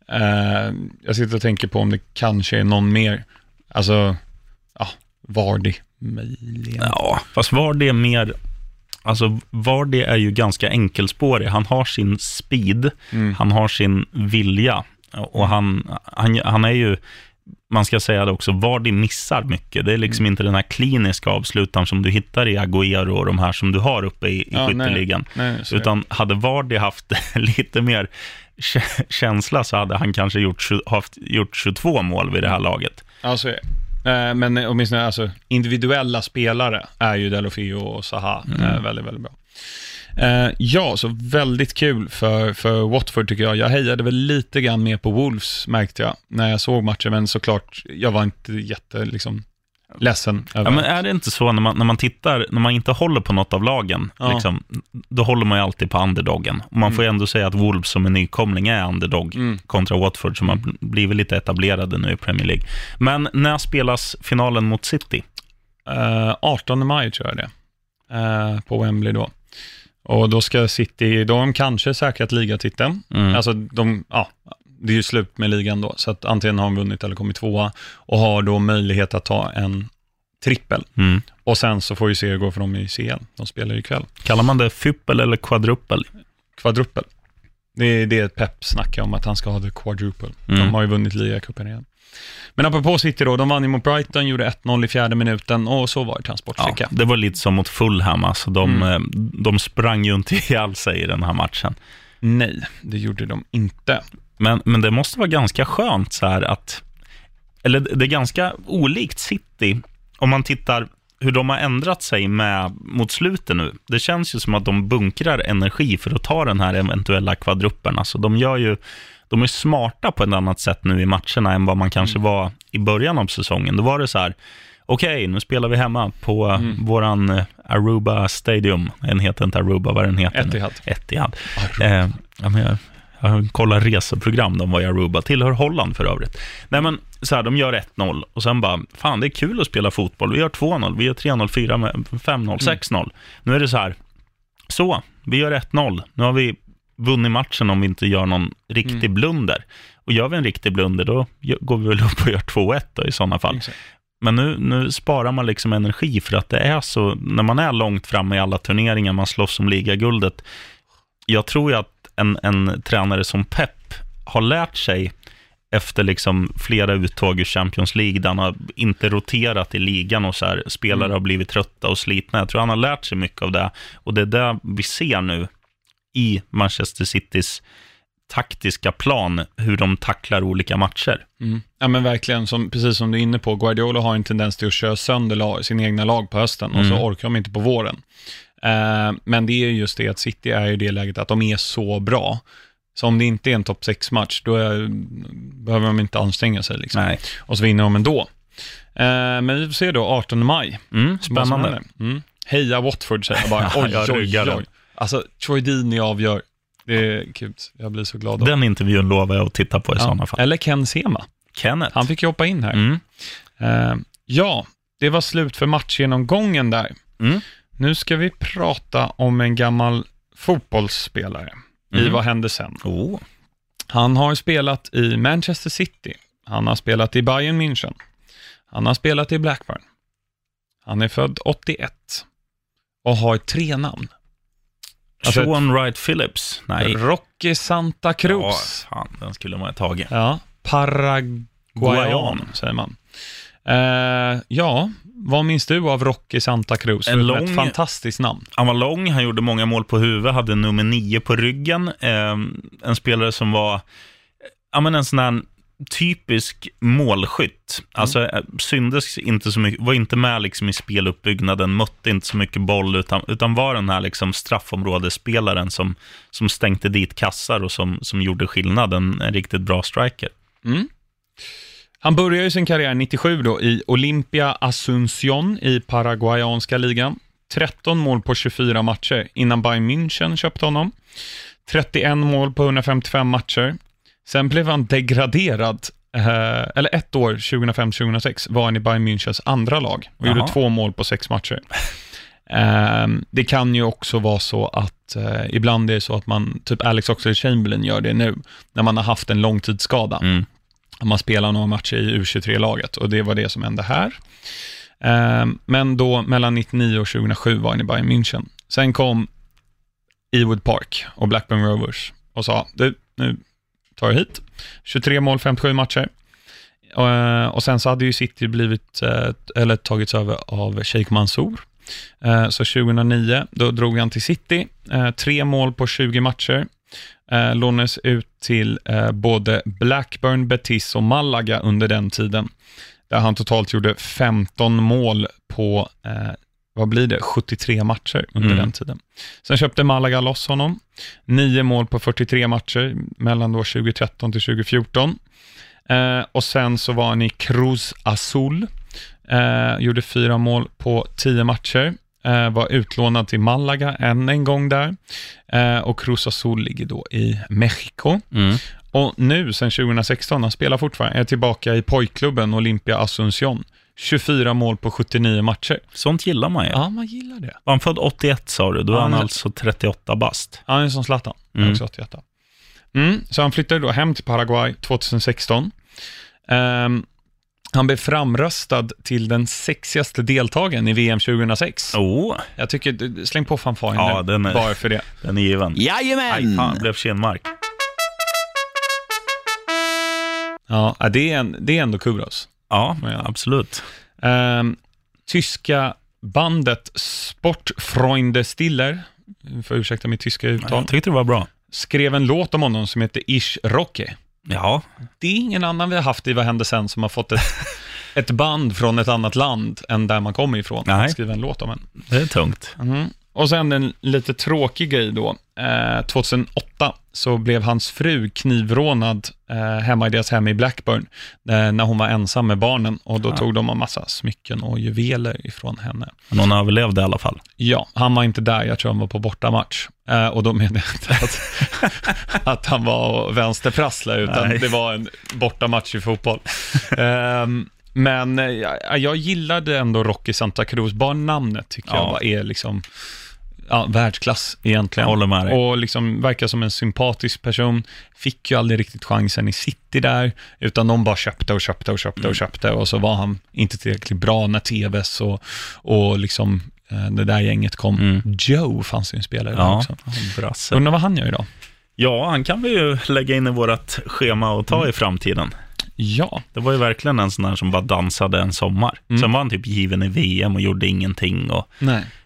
Jag sitter och tänker på om det kanske är någon mer. Alltså, Vardy möjligen. Ja, fast Vardy är mer... Alltså Vardy är ju ganska enkelspårig. Han har sin speed, han har sin vilja, och han är ju, man ska säga det också, Vardy missar mycket. Det är liksom inte den här kliniska avslutaren som du hittar i Agüero och de här som du har uppe i skytteligan. Nej, utan hade Vardy haft lite mer känsla så hade han kanske gjort 22 mål vid det här laget. Alltså, men åtminstone alltså, individuella spelare är ju Deulofeu och Zaha väldigt, väldigt bra. Ja, så väldigt kul för Watford tycker jag. Jag hejade väl lite grann mer på Wolves, märkte jag när jag såg matchen, men såklart, jag var inte jätte liksom ledsen. Ja, men är det inte så när man tittar, när man inte håller på något av lagen, liksom, då håller man ju alltid på underdoggen. Och man får ju ändå säga att Wolves som en nykomling är underdog kontra Watford som har blivit lite etablerade nu i Premier League. Men när spelas finalen mot City? 18 maj tror jag det. På Wembley då. Och då ska City, de kanske säkrat ligatiteln. Alltså det är ju slut med ligan då, så att antingen har de vunnit eller kommit tvåa och har då möjlighet att ta en trippel. Och sen så får ju se hur det går för dem i CL. De spelar ikväll. Kallar man det fyppel eller quadruppel? Quadruppel. Det är det Pep snackar om, att han ska ha det quadruppel. De har ju vunnit ligacupen igen. Men apropå City då, de vann ju mot Brighton, gjorde 1-0 i 4:e minuten, och så var det transportsträcka. Ja, det var lite som mot Fulham, alltså de sprang ju inte ihjäl sig i den här matchen. Nej, det gjorde de inte. Men det måste vara ganska skönt så här att, eller det är ganska olikt City om man tittar hur de har ändrat sig mot slutet nu. Det känns ju som att de bunkrar energi för att ta den här eventuella kvadruppen. Alltså de är smarta på ett annat sätt nu i matcherna än vad man kanske var i början av säsongen. Då var det så här, okej, nu spelar vi hemma på våran Aruba Stadium. Den heter inte Aruba, vad den heter? Etihad. Jag kollar reseprogram, de var i Aruba, tillhör Holland för övrigt. Nej, men så här, de gör 1-0 och sen bara, fan, det är kul att spela fotboll. Vi gör 2-0, vi gör 3-0, 4-0, 5-0, 6-0. Nu är det så här, vi gör 1-0. Nu har vi vunnit matchen om vi inte gör någon riktig blunder. Och gör vi en riktig blunder, då går vi väl upp och gör 2-1 då, i sådana fall. Exakt. Men nu sparar man liksom energi, för att det är så, när man är långt framme i alla turneringar, man slåss om ligaguldet. Jag tror ju att en tränare som Pep har lärt sig efter liksom flera uttåg ur Champions League, där han har inte roterat i ligan och så här, spelare har blivit trötta och slitna. Jag tror han har lärt sig mycket av det, och det är det vi ser nu i Manchester Citys taktiska plan hur de tacklar olika matcher. Ja, men verkligen, precis som du är inne på, Guardiola har en tendens till att köra sönder sin egna lag på hösten och så orkar de inte på våren. Men det är just det att City är i det läget att de är så bra. Så om det inte är en topp 6-match, då behöver de inte anstränga sig. Liksom. Nej. Och så vinner de ändå. Men vi får se då, 18 maj. Spännande. Heja Watford, säger jag bara. Oj. Alltså, Troy Deeney avgör. Det är kul. Jag blir så glad. Den intervjun lovar jag att titta på i sådana fall. Eller Ken Sema. Kenneth. Han fick ju hoppa in här. Det var slut för matchgenomgången där. Nu ska vi prata om en gammal fotbollsspelare. I vad hände sen? Han har spelat i Manchester City. Han har spelat i Bayern München. Han har spelat i Blackburn. Han är född 81 och har 3 namn. Sean Wright Phillips. Nej. Rocky Santa Cruz. Ja, den skulle man ha tagit. Ja, Paraguayan säger man. Vad minns du av Rocky Santa Cruz? Ett fantastiskt namn. Han var lång, han gjorde många mål på huvudet, hade nummer 9 på ryggen. En spelare som var en sån här typisk målskytt. Alltså syndes inte så mycket, var inte med liksom i speluppbyggnaden, mötte inte så mycket boll utan var den här liksom straffområdesspelaren som stängde dit kassar och som gjorde skillnaden, en riktigt bra striker. Han började ju sin karriär 97 då i Olympia Asunción i paraguayanska ligan. 13 mål på 24 matcher innan Bayern München köpte honom. 31 mål på 155 matcher. Sen blev han degraderad, eller ett år, 2005-2006, var han i Bayern Münchens andra lag och gjorde 2 mål på 6 matcher. Det kan ju också vara så att ibland är det så att man, typ Alex Oxlade-Chamberlain gör det nu, när man har haft en långtidsskada. Man spelar några matcher i U23-laget och det var det som hände här. Men då mellan 99 och 2007 var han i Bayern München. Sen kom Ewood Park och Blackburn Rovers och sa, nu tar jag hit. 23 mål, 57 matcher. Och sen så hade ju City tagits över av Sheikh Mansour. Så 2009, då drog han till City. 3 mål på 20 matcher. Lånades ut till både Blackburn, Betis och Malaga under den tiden. Där han totalt gjorde 15 mål på 73 matcher under den tiden. Sen köpte Malaga loss honom. 9 mål på 43 matcher mellan då 2013 till 2014. Och sen så var han i Cruz Azul. Gjorde 4 mål på 10 matcher. Var utlånad till Malaga en gång där. Och Cruz Azul ligger då i Mexiko. Och nu, sen 2016, han spelar fortfarande, är tillbaka i pojkklubben Olympia Asunción. 24 mål på 79 matcher. Sånt gillar man ju. Ja, man gillar det. Var han född 81 sa du? Då är han alltså 38 bast. Ja, han är som Zlatan. Också 88. Så han flyttade då hem till Paraguay 2016. Han blev framröstad till den sexigaste deltagaren i VM 2006. Jag tycker, släng på fanfaren nu, bara för det. Den är given. Jajamän! Aj, fan, blev Kinmark. Ja, det är ändå kudos. Ja, absolut. Tyska bandet Sportfreunde Stiller, för ursäkta mitt tyska uttal. Jag tyckte det var bra. Skrev en låt om honom som heter Ich Rocke. Ja. Det är ingen annan vi har haft i Vad hände sen som har fått ett band från ett annat land än där man kommer ifrån. Nej. Att skriva en låt om en. Det är tungt. Och sen en lite tråkig grej då. 2008 så blev hans fru knivrånad hemma i deras hem i Blackburn när hon var ensam med barnen. Och då tog de en massa smycken och juveler ifrån henne. Någon överlevde i alla fall. Ja, han var inte där. Jag tror han var på bortamatch. Och då menade jag inte att han var vänsterprassla, utan det var en bortamatch i fotboll. Men jag gillade ändå Rocky Santa Cruz. Bara namnet tycker jag är liksom världsklass egentligen. Jag håller med dig. Och liksom verkar som en sympatisk person. Fick ju aldrig riktigt chansen i City där, utan de bara köpte och så var han inte tillräckligt bra när TVs och liksom det där gänget kom. Joe fanns ju en spelare där också. Brasse. Undrar vad han gör idag? Ja, han kan vi ju lägga in i vårat schema och ta i framtiden. Ja. Det var ju verkligen en sån här som bara dansade en sommar. Sen var han typ given i VM och gjorde ingenting. Och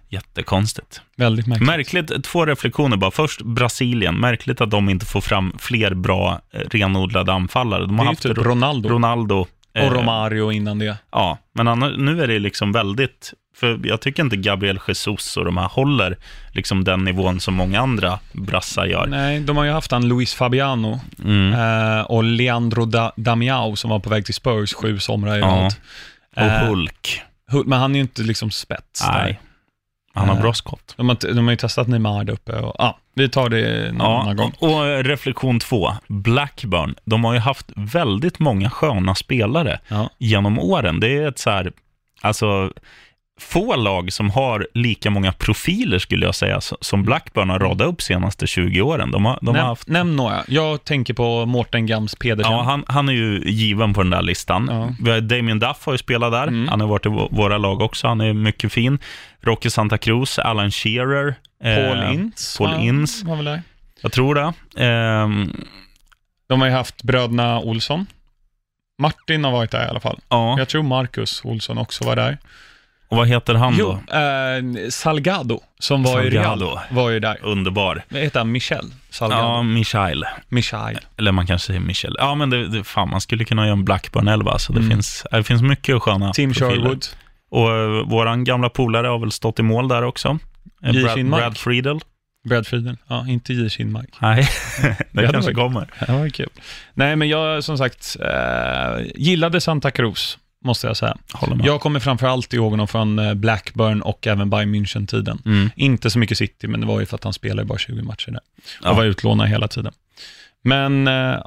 Jättekonstigt. Väldigt märkligt. Märkligt, 2 reflektioner bara. Först Brasilien. Märkligt att de inte får fram fler bra renodlade anfallare. De har haft typ Ronaldo. Och Romario innan det. Ja, men nu är det liksom väldigt... För jag tycker inte Gabriel Jesus och de här håller liksom den nivån som många andra brassar gör. Nej, de har ju haft Luis Fabiano och Leandro Damião som var på väg till Spurs 7 somrar i rad. Och Hulk. Men han är ju inte liksom spets. Nej, han har bra skott. De har ju testat Neymar där uppe. Och, vi tar det någon annan gång. Och reflektion 2. Blackburn. De har ju haft väldigt många sköna spelare genom åren. Det är ett så här... Alltså... få lag som har lika många profiler skulle jag säga som Blackburn har radat upp senaste 20 åren. De har haft... Nämn några. Jag tänker på Morten Gams Pedersen. Ja, han är ju given på den där listan. Ja. Damien Duff har ju spelat där. Han har varit i våra lag också. Han är mycket fin. Rocky Santa Cruz, Alan Shearer. Paul Ince. Var väl där. Jag tror det. De har ju haft bröderna Olsson. Martin har varit där i alla fall. Ja. Jag tror Marcus Olsson också var där. Och vad heter han då? Salgado, som var i Real, var ju där. Underbar. Vad heter han? Michel Salgado? Ja, Michael. Eller man kanske säger Michel. Ja, men fan, man skulle kunna göra en Blackburn 11. Så det finns mycket sköna Tim profiler. Sherwood. Och våran gamla polare har väl stått i mål där också. Brad Friedel. Brad Friedel, ja, inte J. Kinmark. Nej, det kanske kommer. Ja, vad kul. Nej, men jag som sagt gillade Santa Cruz, måste jag säga. Jag kommer framförallt ihåg honom från Blackburn och även Bayern München-tiden. Inte så mycket City, men det var ju för att han spelade bara 20 matcher där. Och var utlånad hela tiden. Men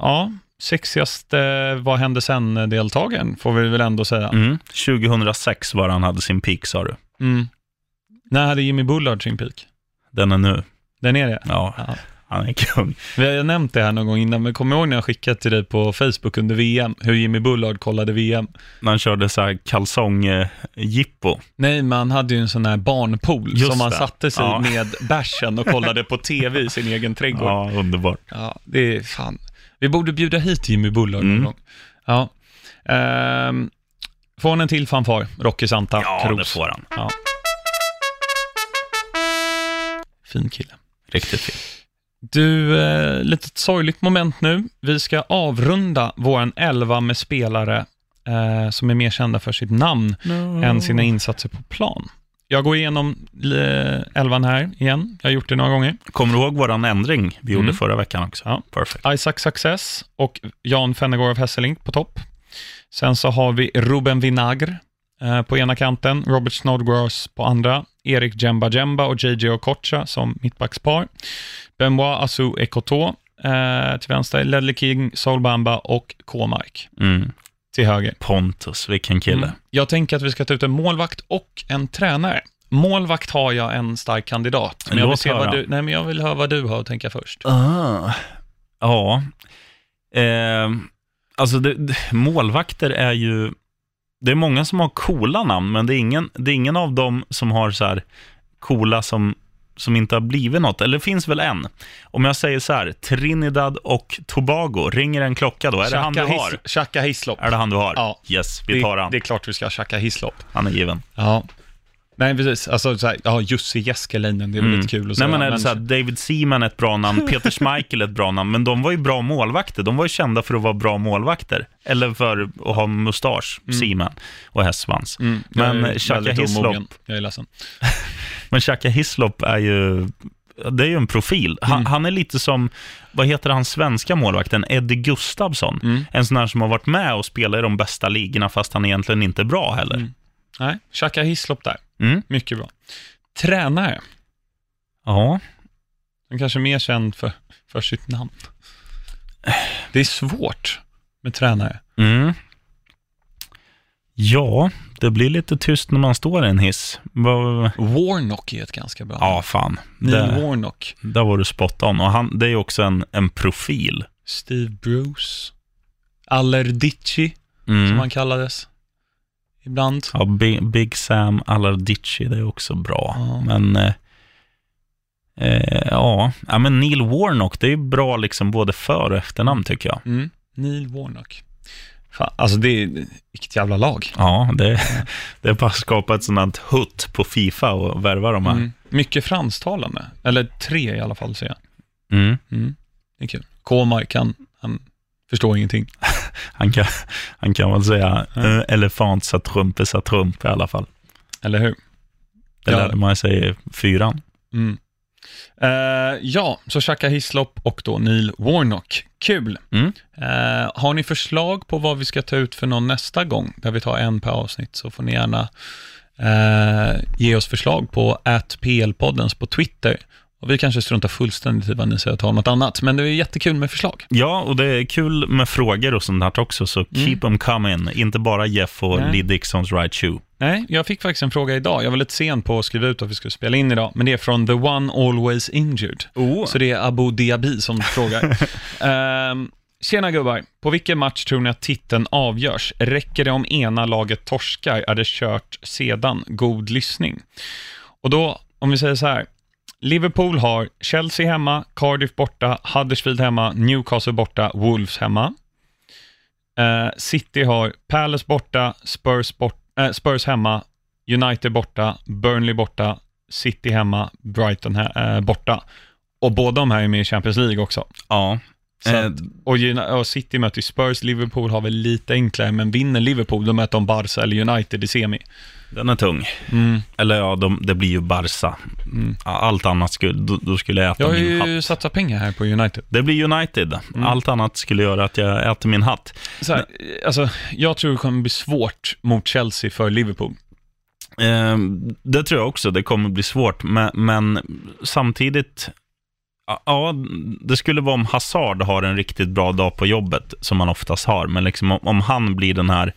sexigaste vad hände sen-deltagaren får vi väl ändå säga. 2006 var han hade sin peak, sa du. När hade Jimmy Bullard sin peak? Den är nu. Den är det? Ja. Han är kung. Vi har nämnt det här någon gång innan, men kommer ihåg när jag skickade till dig på Facebook under VM hur Jimmy Bullard kollade VM? När han körde så här kalsong-jippo. Nej, man hade ju en sån här barnpool som man satte sig med bärsen och kollade på tv i sin egen trädgård. Ja, underbart. Ja, det är fan. Vi borde bjuda hit Jimmy Bullard någon gång. Ja. Får han en till fanfar, Rocky Santa Cruz? Ja, det får han. Ja. Fin kille. Riktigt fin. Du, lite sorgligt moment nu. Vi ska avrunda våran 11 med spelare som är mer kända för sitt namn än sina insatser på plan. Jag går igenom 11 här igen. Jag har gjort det några gånger. Kommer du ihåg våran ändring vi gjorde förra veckan också? Ja. Perfect. Isaac Success och Jan Fennegård av Hesselink på topp. Sen så har vi Ruben Vinagre på ena kanten, Robert Snodgrass på andra, Erik Djemba och JJ Okocha som mittbackspar, Benoit Asu Ekoto till vänster, Ledley King, Saul Bamba och K-Mark till höger. Pontus, vilken kille. Jag tänker att vi ska ta ut en målvakt och en tränare. Målvakt har jag en stark kandidat. Men jag vill höra vad du har att tänka först. Ja. Alltså målvakter är ju... Det är många som har coola namn, men det är ingen av dem som har så här coola som inte har blivit något. Eller det finns väl en. Om jag säger så här, Trinidad och Tobago, ringer en klocka då? Är det han du har? Xhaka Hislop. Är det han du har? Ja. Yes, vi tar han. Det är klart vi ska ha Xhaka Hislop. Han är given. Ja. Nej, precis. Alltså, så här, Jussi Jeskelainen, det är väl lite kul att säga. Nej, men är det så här, David Seaman ett bra namn, Peter Schmeichel ett bra namn, men de var ju bra målvakter. De var ju kända för att vara bra målvakter. Eller för att ha mustasch, Seaman och hästsvans. Men Xhaka Hislop... Jag är ledsen. Men Xhaka Hislop är ju... Det är ju en profil. Han är lite som, vad heter han svenska målvakten? Eddie Gustafsson. En sån här som har varit med och spelat i de bästa ligorna fast han egentligen inte är bra heller. Nej, Xhaka Hislop där. Mycket bra. Tränare. Ja. Han kanske är mer känd för sitt namn. Det är svårt med tränare. Ja, det blir lite tyst när man står i en hiss. Warnock är ett ganska bra. Ja, fan. Warnock. Där var du spot on. Och det är också en profil. Steve Bruce. Allerdici, som han kallades. Ibland. Ja, Big Sam Allardyce, det är också bra. Men men Neil Warnock, det är bra liksom både för- och efternamn tycker jag. Neil Warnock. Fan, alltså vilket jävla lag. Ja, det är bara att skapa ett sådant hutt på FIFA och värva de här. Mycket fransktalande. Eller 3 i alla fall, ser jag. Det är kul. K-Mark, han förstår ingenting. han kan väl säga elefant sa trump i alla fall. Eller hur? Det lärde man sig i 4. Så Xhaka Hislop och då Neil Warnock. Kul. Har ni förslag på vad vi ska ta ut för någon nästa gång, där vi tar en per avsnitt, så får ni gärna ge oss förslag på @PL-poddens på Twitter. Och vi kanske struntar fullständigt i vad ni säger och tar något annat. Men det är jättekul med förslag. Ja, och det är kul med frågor och sånt här också. Så keep them coming. Inte bara Jeff och Lee Dixons right shoe. Nej, jag fick faktiskt en fråga idag. Jag var lite sen på att skriva ut att vi skulle spela in idag. Men det är från The One Always Injured. Så det är Abu Diaby som frågar. Tjena gubbar, på vilken match tror ni att titeln avgörs? Räcker det om ena laget torskar? Är det kört sedan? God lyssning. Och då, om vi säger så här. Liverpool har Chelsea hemma, Cardiff borta, Huddersfield hemma, Newcastle borta, Wolves hemma. City har Palace borta, Spurs hemma, United borta, Burnley borta, City hemma, Brighton borta. Och båda de här är med i Champions League också. Ja. Och City möter Spurs. Liverpool har väl lite enklare, men vinner Liverpool, då möter de Barca eller United i semi. Den är tung. Eller ja, det blir ju Barca. Allt annat då skulle jag äta min hatt. Jag har ju satsat pengar här på United. Det blir United. Allt annat skulle göra att jag äter min hatt. Så här, alltså, jag tror det kommer bli svårt mot Chelsea för Liverpool. Det tror jag också. Det kommer bli svårt. Men samtidigt... Ja, det skulle vara om Hazard har en riktigt bra dag på jobbet, som man oftast har. Men liksom om han blir den här...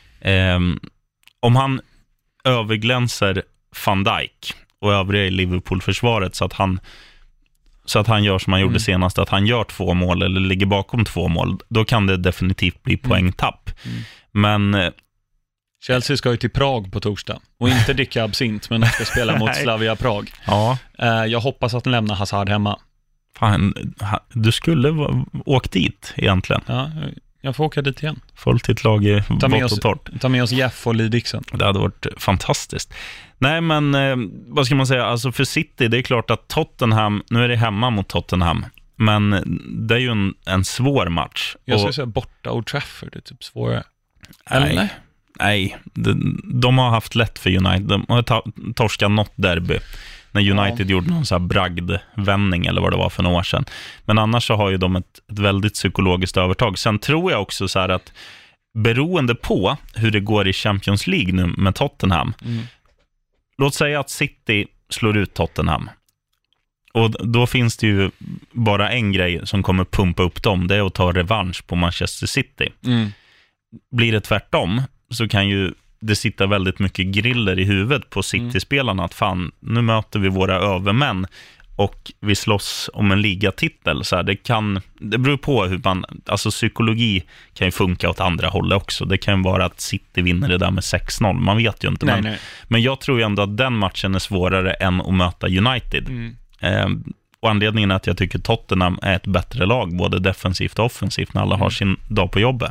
om han överglänser Van Dijk och övriga i Liverpool-försvaret så att han gör som han gjorde senast, att han gör 2 mål eller ligger bakom 2 mål, då kan det definitivt bli poängtapp. Men Chelsea ska ju till Prag på torsdag och inte dricka absint, men de ska spela mot Slavia Prag. Ja. Jag hoppas att de lämnar Hazard hemma. Fan, du skulle åkt dit egentligen. Ja, jag får åka dit igen. Fullt ditt lag i vått och torrt. Ta med oss Jeff och Lee Dixon. Det hade varit fantastiskt. Nej, men vad ska man säga? Alltså för City, det är klart att Tottenham, nu är det hemma mot Tottenham, men det är ju en svår match. Jag skulle säga borta Old Trafford, det är typ svårare. Eller? Nej, de har haft lätt för United. De har torskat något derby när United gjorde någon så här bragdvändning eller vad det var för några år sedan. Men annars så har ju de ett väldigt psykologiskt övertag. Sen tror jag också så här att beroende på hur det går i Champions League nu med Tottenham, låt säga att City slår ut Tottenham. Och då finns det ju bara en grej som kommer pumpa upp dem, det är att ta revansch på Manchester City. Blir det tvärtom så kan ju det sitta väldigt mycket griller i huvudet på City-spelarna att fan, nu möter vi våra övermän och vi slåss om en ligatitel. Så här, det beror på hur alltså psykologi kan ju funka åt andra hållet också. Det kan ju vara att City vinner det där med 6-0. Man vet ju inte. Men jag tror ju ändå att den matchen är svårare än att möta United. Och anledningen är att jag tycker Tottenham är ett bättre lag, både defensivt och offensivt, när alla har sin dag på jobbet.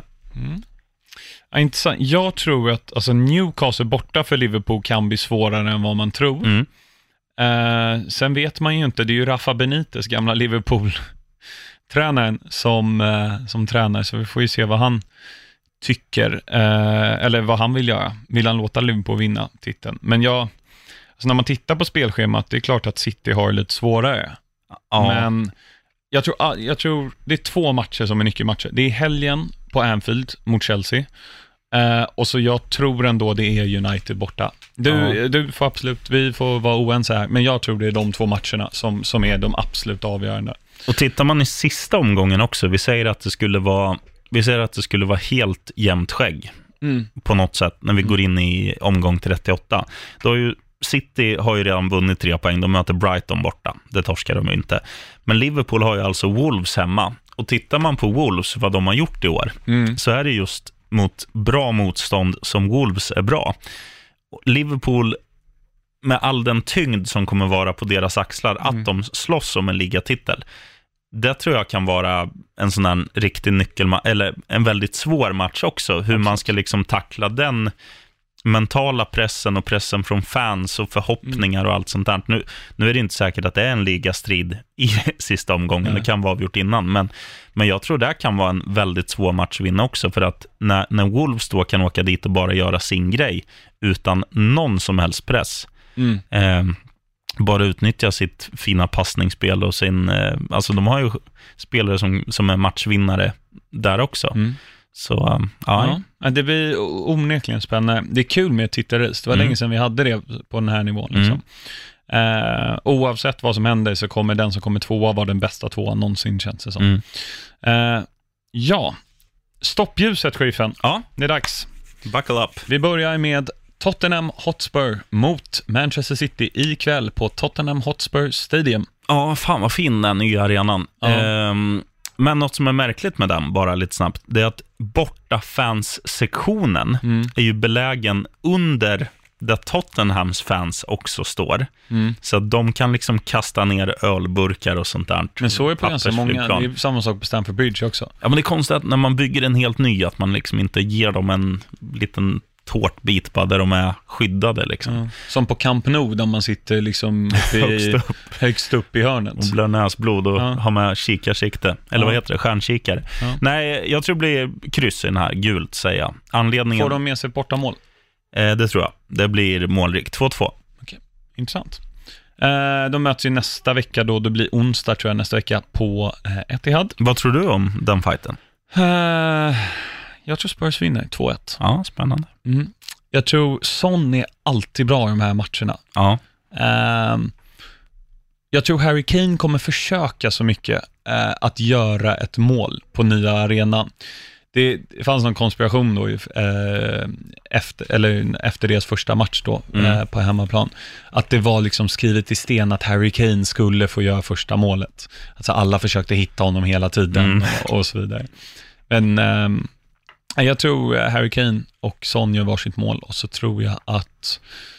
Ja, intressant. Jag tror att alltså, Newcastle borta för Liverpool kan bli svårare än vad man tror. Sen vet man ju inte, det är ju Rafa Benitez, gamla Liverpool-tränaren som tränar, så vi får ju se vad han tycker, eller vad han vill göra. Vill han låta Liverpool vinna titeln? Men alltså när man tittar på spelschemat, det är klart att City har lite svårare. Men jag tror det är 2 matcher som är nyckelmatcher. Det är helgen på Anfield mot Chelsea. Och så jag tror ändå det är United borta. Du får absolut, vi får vara oense här, men jag tror det är de 2 matcherna som är de absolut avgörande. Och tittar man i sista omgången också, vi säger att det skulle vara helt jämnt skägg på något sätt när vi går in i omgång 38. Då har ju City har ju redan vunnit 3 poäng. De möter Brighton borta. Det torskar de ju inte. Men Liverpool har ju alltså Wolves hemma. Och tittar man på Wolves, vad de har gjort i år, så är det just mot bra motstånd som Wolves är bra. Liverpool, med all den tyngd som kommer vara på deras axlar, att de slåss om en ligatitel, det tror jag kan vara en sån här riktig nyckelmatch, eller en väldigt svår match också. Hur man ska liksom tackla den mentala pressen och pressen från fans och förhoppningar och allt sånt där. Nu är det inte säkert att det är en ligastrid i sista omgången. Det kan vara avgjort innan. Men jag tror det kan vara en väldigt svår match att vinna också. För att när Wolves då kan åka dit och bara göra sin grej utan någon som helst press. Bara utnyttja sitt fina passningsspel och sin... alltså de har ju spelare som är matchvinnare där också. Så, ja, det blir onekligen spännande. Det är kul med tittarris. Det var länge sedan vi hade det på den här nivån. Liksom. Oavsett vad som händer så kommer den som kommer tvåa vara den bästa tvåan någonsin, känns det som. Ja, stoppljuset, sheriffen. Ja. Det är dags. Buckle up. Vi börjar med Tottenham Hotspur mot Manchester City ikväll på Tottenham Hotspur Stadium. Ja, fan vad fin den nya arenan. Men något som är märkligt med den, bara lite snabbt, det är att borta fans-sektionen är ju belägen under där Tottenhams fans också står. Så att de kan liksom kasta ner ölburkar och sånt där. Men så är det på ganska många. Det är samma sak på Stamford Bridge också. Ja, men det är konstigt att när man bygger en helt ny, att man liksom inte ger dem en liten tårtbit bara där de är skyddade liksom. Som på Camp Nou där man sitter liksom högst upp i hörnet. Och blör näsblod och har med kikarsikte. Eller vad heter det? Stjärnkikare. Nej, jag tror det blir kryss i den här, gult säger jag. Anledningen... Får de med sig bortamål? Det tror jag. Det blir målrikt. 2-2. Okej, intressant. De möts ju nästa vecka då. Det blir onsdag tror jag nästa vecka på Etihad. Vad tror du om den fighten? Jag tror Spurs vinner 2-1. Ja, spännande. Jag tror Son är alltid bra i de här matcherna. Ja. Jag tror Harry Kane kommer försöka så mycket att göra ett mål på nya arenan. Det fanns någon konspiration då efter deras första match då på hemmaplan. Att det var liksom skrivet i sten att Harry Kane skulle få göra första målet. Alltså alla försökte hitta honom hela tiden och så vidare. Men jag tror Harry Kane och Son gör varsitt mål och så tror jag att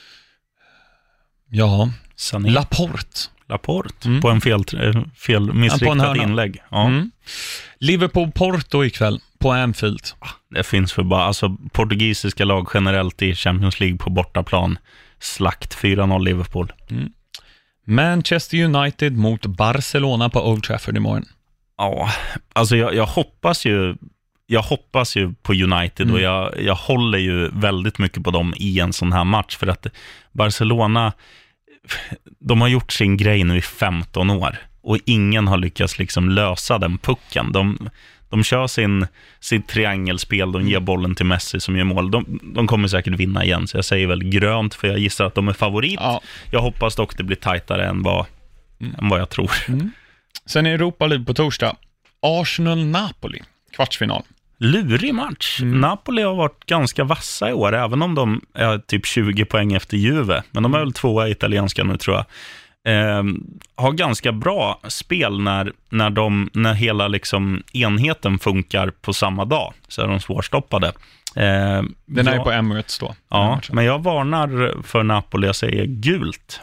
Laporte på en fel missriktad inlägg. Ja. Liverpool-Porto ikväll på Anfield. Det finns för bara, alltså portugisiska lag generellt i Champions League på bortaplan. Slakt 4-0 Liverpool. Manchester United mot Barcelona på Old Trafford imorgon. Ja, alltså jag hoppas ju på United och jag håller ju väldigt mycket på dem i en sån här match för att Barcelona, de har gjort sin grej nu i 15 år och ingen har lyckats liksom lösa den pucken. De kör sin triangelspel, de ger bollen till Messi som gör mål. De kommer säkert vinna igen, så jag säger väl grönt för jag gissar att de är favorit. Ja. Jag hoppas dock det blir tajtare än vad jag tror. Sen är Europa League på torsdag. Arsenal-Napoli, kvartsfinal. Lurig match. Napoli har varit ganska vassa i år, även om de är typ 20 poäng efter Juve. Men de är väl tvåa i italienska nu tror jag. Har ganska bra spel när hela liksom enheten funkar på samma dag. Så är de svårstoppade. Den är på Emirates då. Ja, men jag varnar för Napoli, jag säger gult.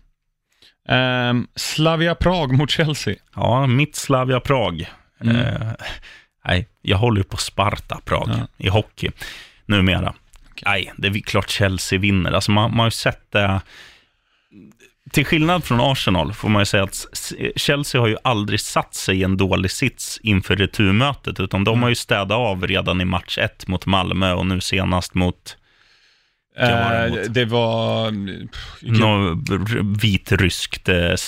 Slavia Prag mot Chelsea. Ja, mitt Slavia Prag. Nej, jag håller ju på Sparta Prag i hockey numera. Nej, det är klart Chelsea vinner. Alltså man har ju sett det. Till skillnad från Arsenal får man ju säga att Chelsea har ju aldrig satt sig i en dålig sits inför returmötet, utan de har ju städat av redan i match 1 mot Malmö och nu senast mot det var vitryskt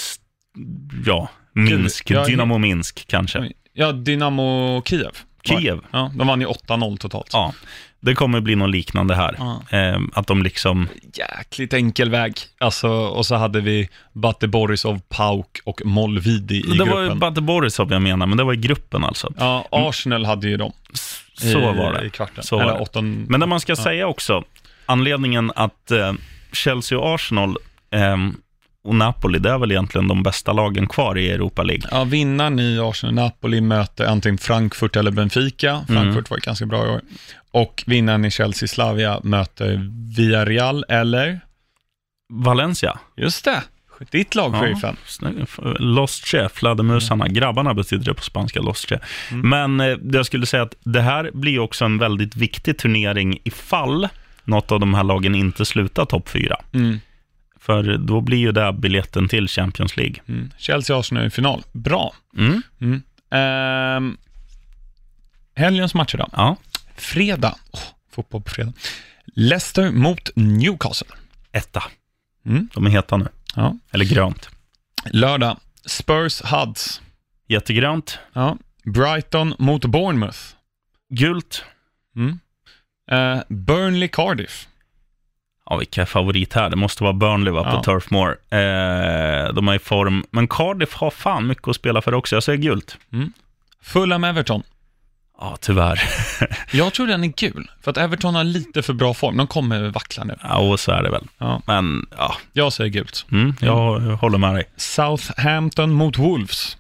Minsk, Dynamo Minsk kanske. Ja, Dynamo Kiev. Ja, de vann ju 8-0 totalt. Ja, det kommer bli något liknande här. Att de liksom... Jäkligt enkel väg. Alltså, och så hade vi Bate Borisov, Pauk och Molvidi i gruppen. Det var ju Bate Borisov jag menar, men det var i gruppen alltså. Ja, Arsenal hade ju dem. Så var det. I kvarten. Så var det. Men det man ska säga också, anledningen att Chelsea och Arsenal och Napoli, det är väl egentligen de bästa lagen kvar i Europa League. Ja, vinnaren i Arsenal-Napoli möter antingen Frankfurt eller Benfica. Frankfurt var ganska bra i år. Och vinnaren i Chelsea-Slavia möter Villarreal eller? Valencia. Just det. Ditt lag, chefen. Lostche, fladdermusarna. Grabbarna betyder det på spanska, Lostche. Men jag skulle säga att det här blir också en väldigt viktig turnering ifall något av de här lagen inte slutar topp 4. För då blir ju det biljetten till Champions League. Chelsea-Arsenal i final. Bra. Helgens matcher då? Ja. Fredag. Fotboll på fredag. Leicester mot Newcastle. 1. De är heta nu. Ja. Eller grönt. Lördag. Spurs Hudds. Jättegrönt. Ja. Brighton mot Bournemouth. Gult. Burnley Cardiff. Ja, vilka är favorit här? Det måste vara Burnley på Turf Moor. De är i form. Men Cardiff har fan mycket att spela för också. Jag säger gult. Fulham Everton. Ja, tyvärr. Jag tror den är gul. För att Everton har lite för bra form. De kommer vackla nu. Ja, och så är det väl. Ja. Men, ja. Jag säger gult. Jag håller med dig. Southampton mot Wolves.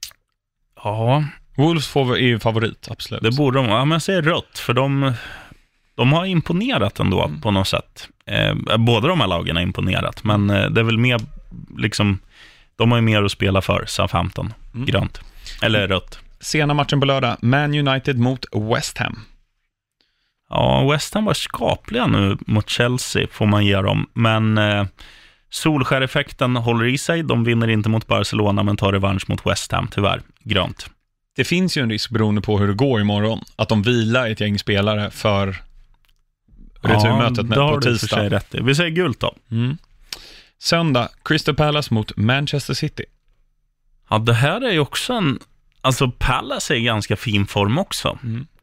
Ja. Wolves är ju favorit, absolut. Det borde de. Ja, men jag säger rött. För de har imponerat ändå på något sätt. Båda de här lagen har imponerat. Men det är väl mer liksom, de har ju mer att spela för, Southampton. Grönt. Eller rött. Sena matchen på lördag. Man United mot West Ham. Ja, West Ham var skapliga nu mot Chelsea, får man ge dem. Men Solskär-effekten håller i sig. De vinner inte mot Barcelona, men tar revansch mot West Ham, tyvärr. Grönt. Det finns ju en risk beroende på hur det går imorgon. Att de vilar ett gäng spelare för returmötet på tisdag. Rätt. Vi säger gult då. Söndag. Crystal Palace mot Manchester City. Ja, det här är ju också en... Alltså Palace är i ganska fin form också.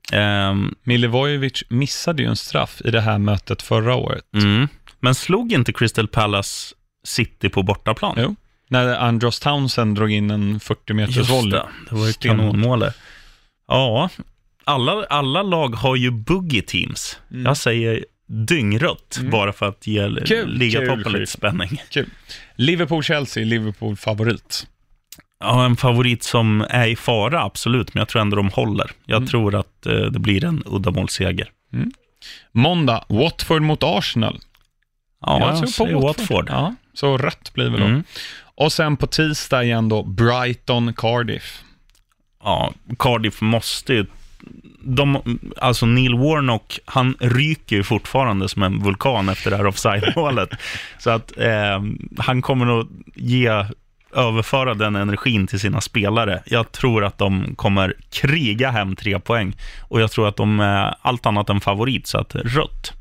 Milivojevic missade ju en straff i det här mötet förra året. Men slog inte Crystal Palace City på bortaplan? Jo. När Andros Townsend drog in en 40-meters volley. Det var ju kanonmålet. Ja, alla lag har ju buggy teams. Jag säger dyngrött bara för att ge ligatoppen lite spänning. Kul. Liverpool-Chelsea, Liverpool-favorit. Ja, en favorit som är i fara, absolut. Men jag tror ändå de håller. Jag tror att det blir en uddamålsseger. Måndag, Watford mot Arsenal. Ja, jag tror på Watford. Ja, så rätt blir det då. Och sen på tisdag igen då, Brighton-Cardiff. Ja, Cardiff måste ju... Alltså Neil Warnock, han ryker ju fortfarande som en vulkan efter det här offside-målet. Så att han kommer nog överföra den energin till sina spelare. Jag tror att de kommer kriga hem 3 poäng. Och jag tror att de är allt annat än favorit, så att rött.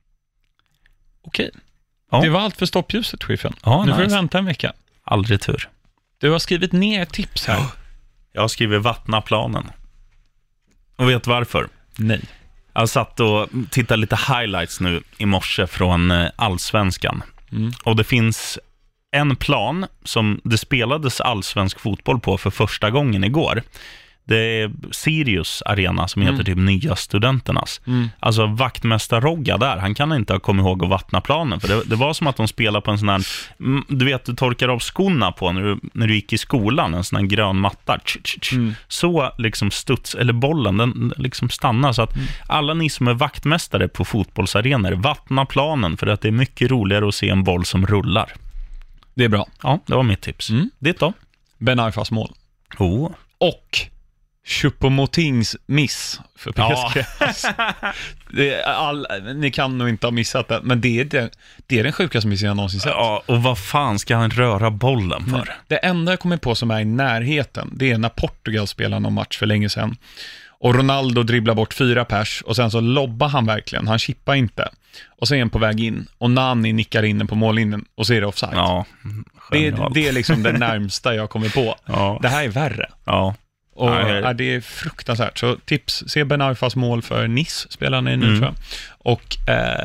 Okej. Ja. Det var allt för stoppljuset, chefen. Ja, nu får du vänta en vecka. Aldrig tur. Du har skrivit ner tips här. Jag har skrivit vattna planen. Och vet varför? Nej. Jag satt och tittade lite highlights nu i morse från Allsvenskan. Och det finns en plan som det spelades allsvensk fotboll på för första gången igår. Det är Sirius arena som heter typ Nya Studenternas. Alltså vaktmästar-Rogga där, han kan inte ha kommit ihåg att vattna planen. För det var som att de spelade på en sån här, du vet, du torkar av skorna på när du gick i skolan, en sån här grön matta. Så liksom eller bollen, den liksom stannar. Så att alla ni som är vaktmästare på fotbollsarenor, vattna planen, för att det är mycket roligare att se en boll som rullar. Det är bra. Ja, det var mitt tips. Ditt då? Ben Arfas mål. Och Choupo-Motings miss för PSG. Ja. Ni kan nog inte ha missat det, men det är den sjukaste missen jag någonsin sett. Ja, och vad fan ska han röra bollen för? Det enda jag kommer på som är i närheten, det är när Portugal spelar någon match för länge sedan. Och Ronaldo dribblar bort 4 pers och sen så lobbar han verkligen. Han chippar inte. Och så är han på väg in och Nani nickar in på mållinjen och så är det offside. Ja, det är liksom det närmsta jag kommer på. Ja. Det här är värre. Ja. Och det är fruktansvärt. Så tips, se Ben Arfas mål för Nice, spelar han i nu tror jag. Och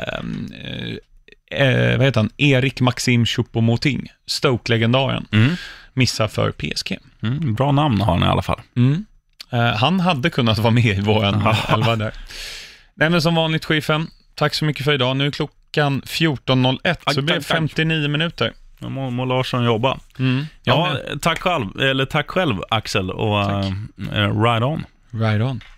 vad heter han? Erik Maxim Choupo-Moting, Stoke-legendaren, missar för PSG. Bra namn har han i alla fall. Han hade kunnat vara med i våran 11 där. Nej, men som vanligt, chefen, tack så mycket för idag. Nu är klockan 14.01, så det blir 59 minuter. Må Larsson jobba. Tack själv Axel, och ride on. Ride on.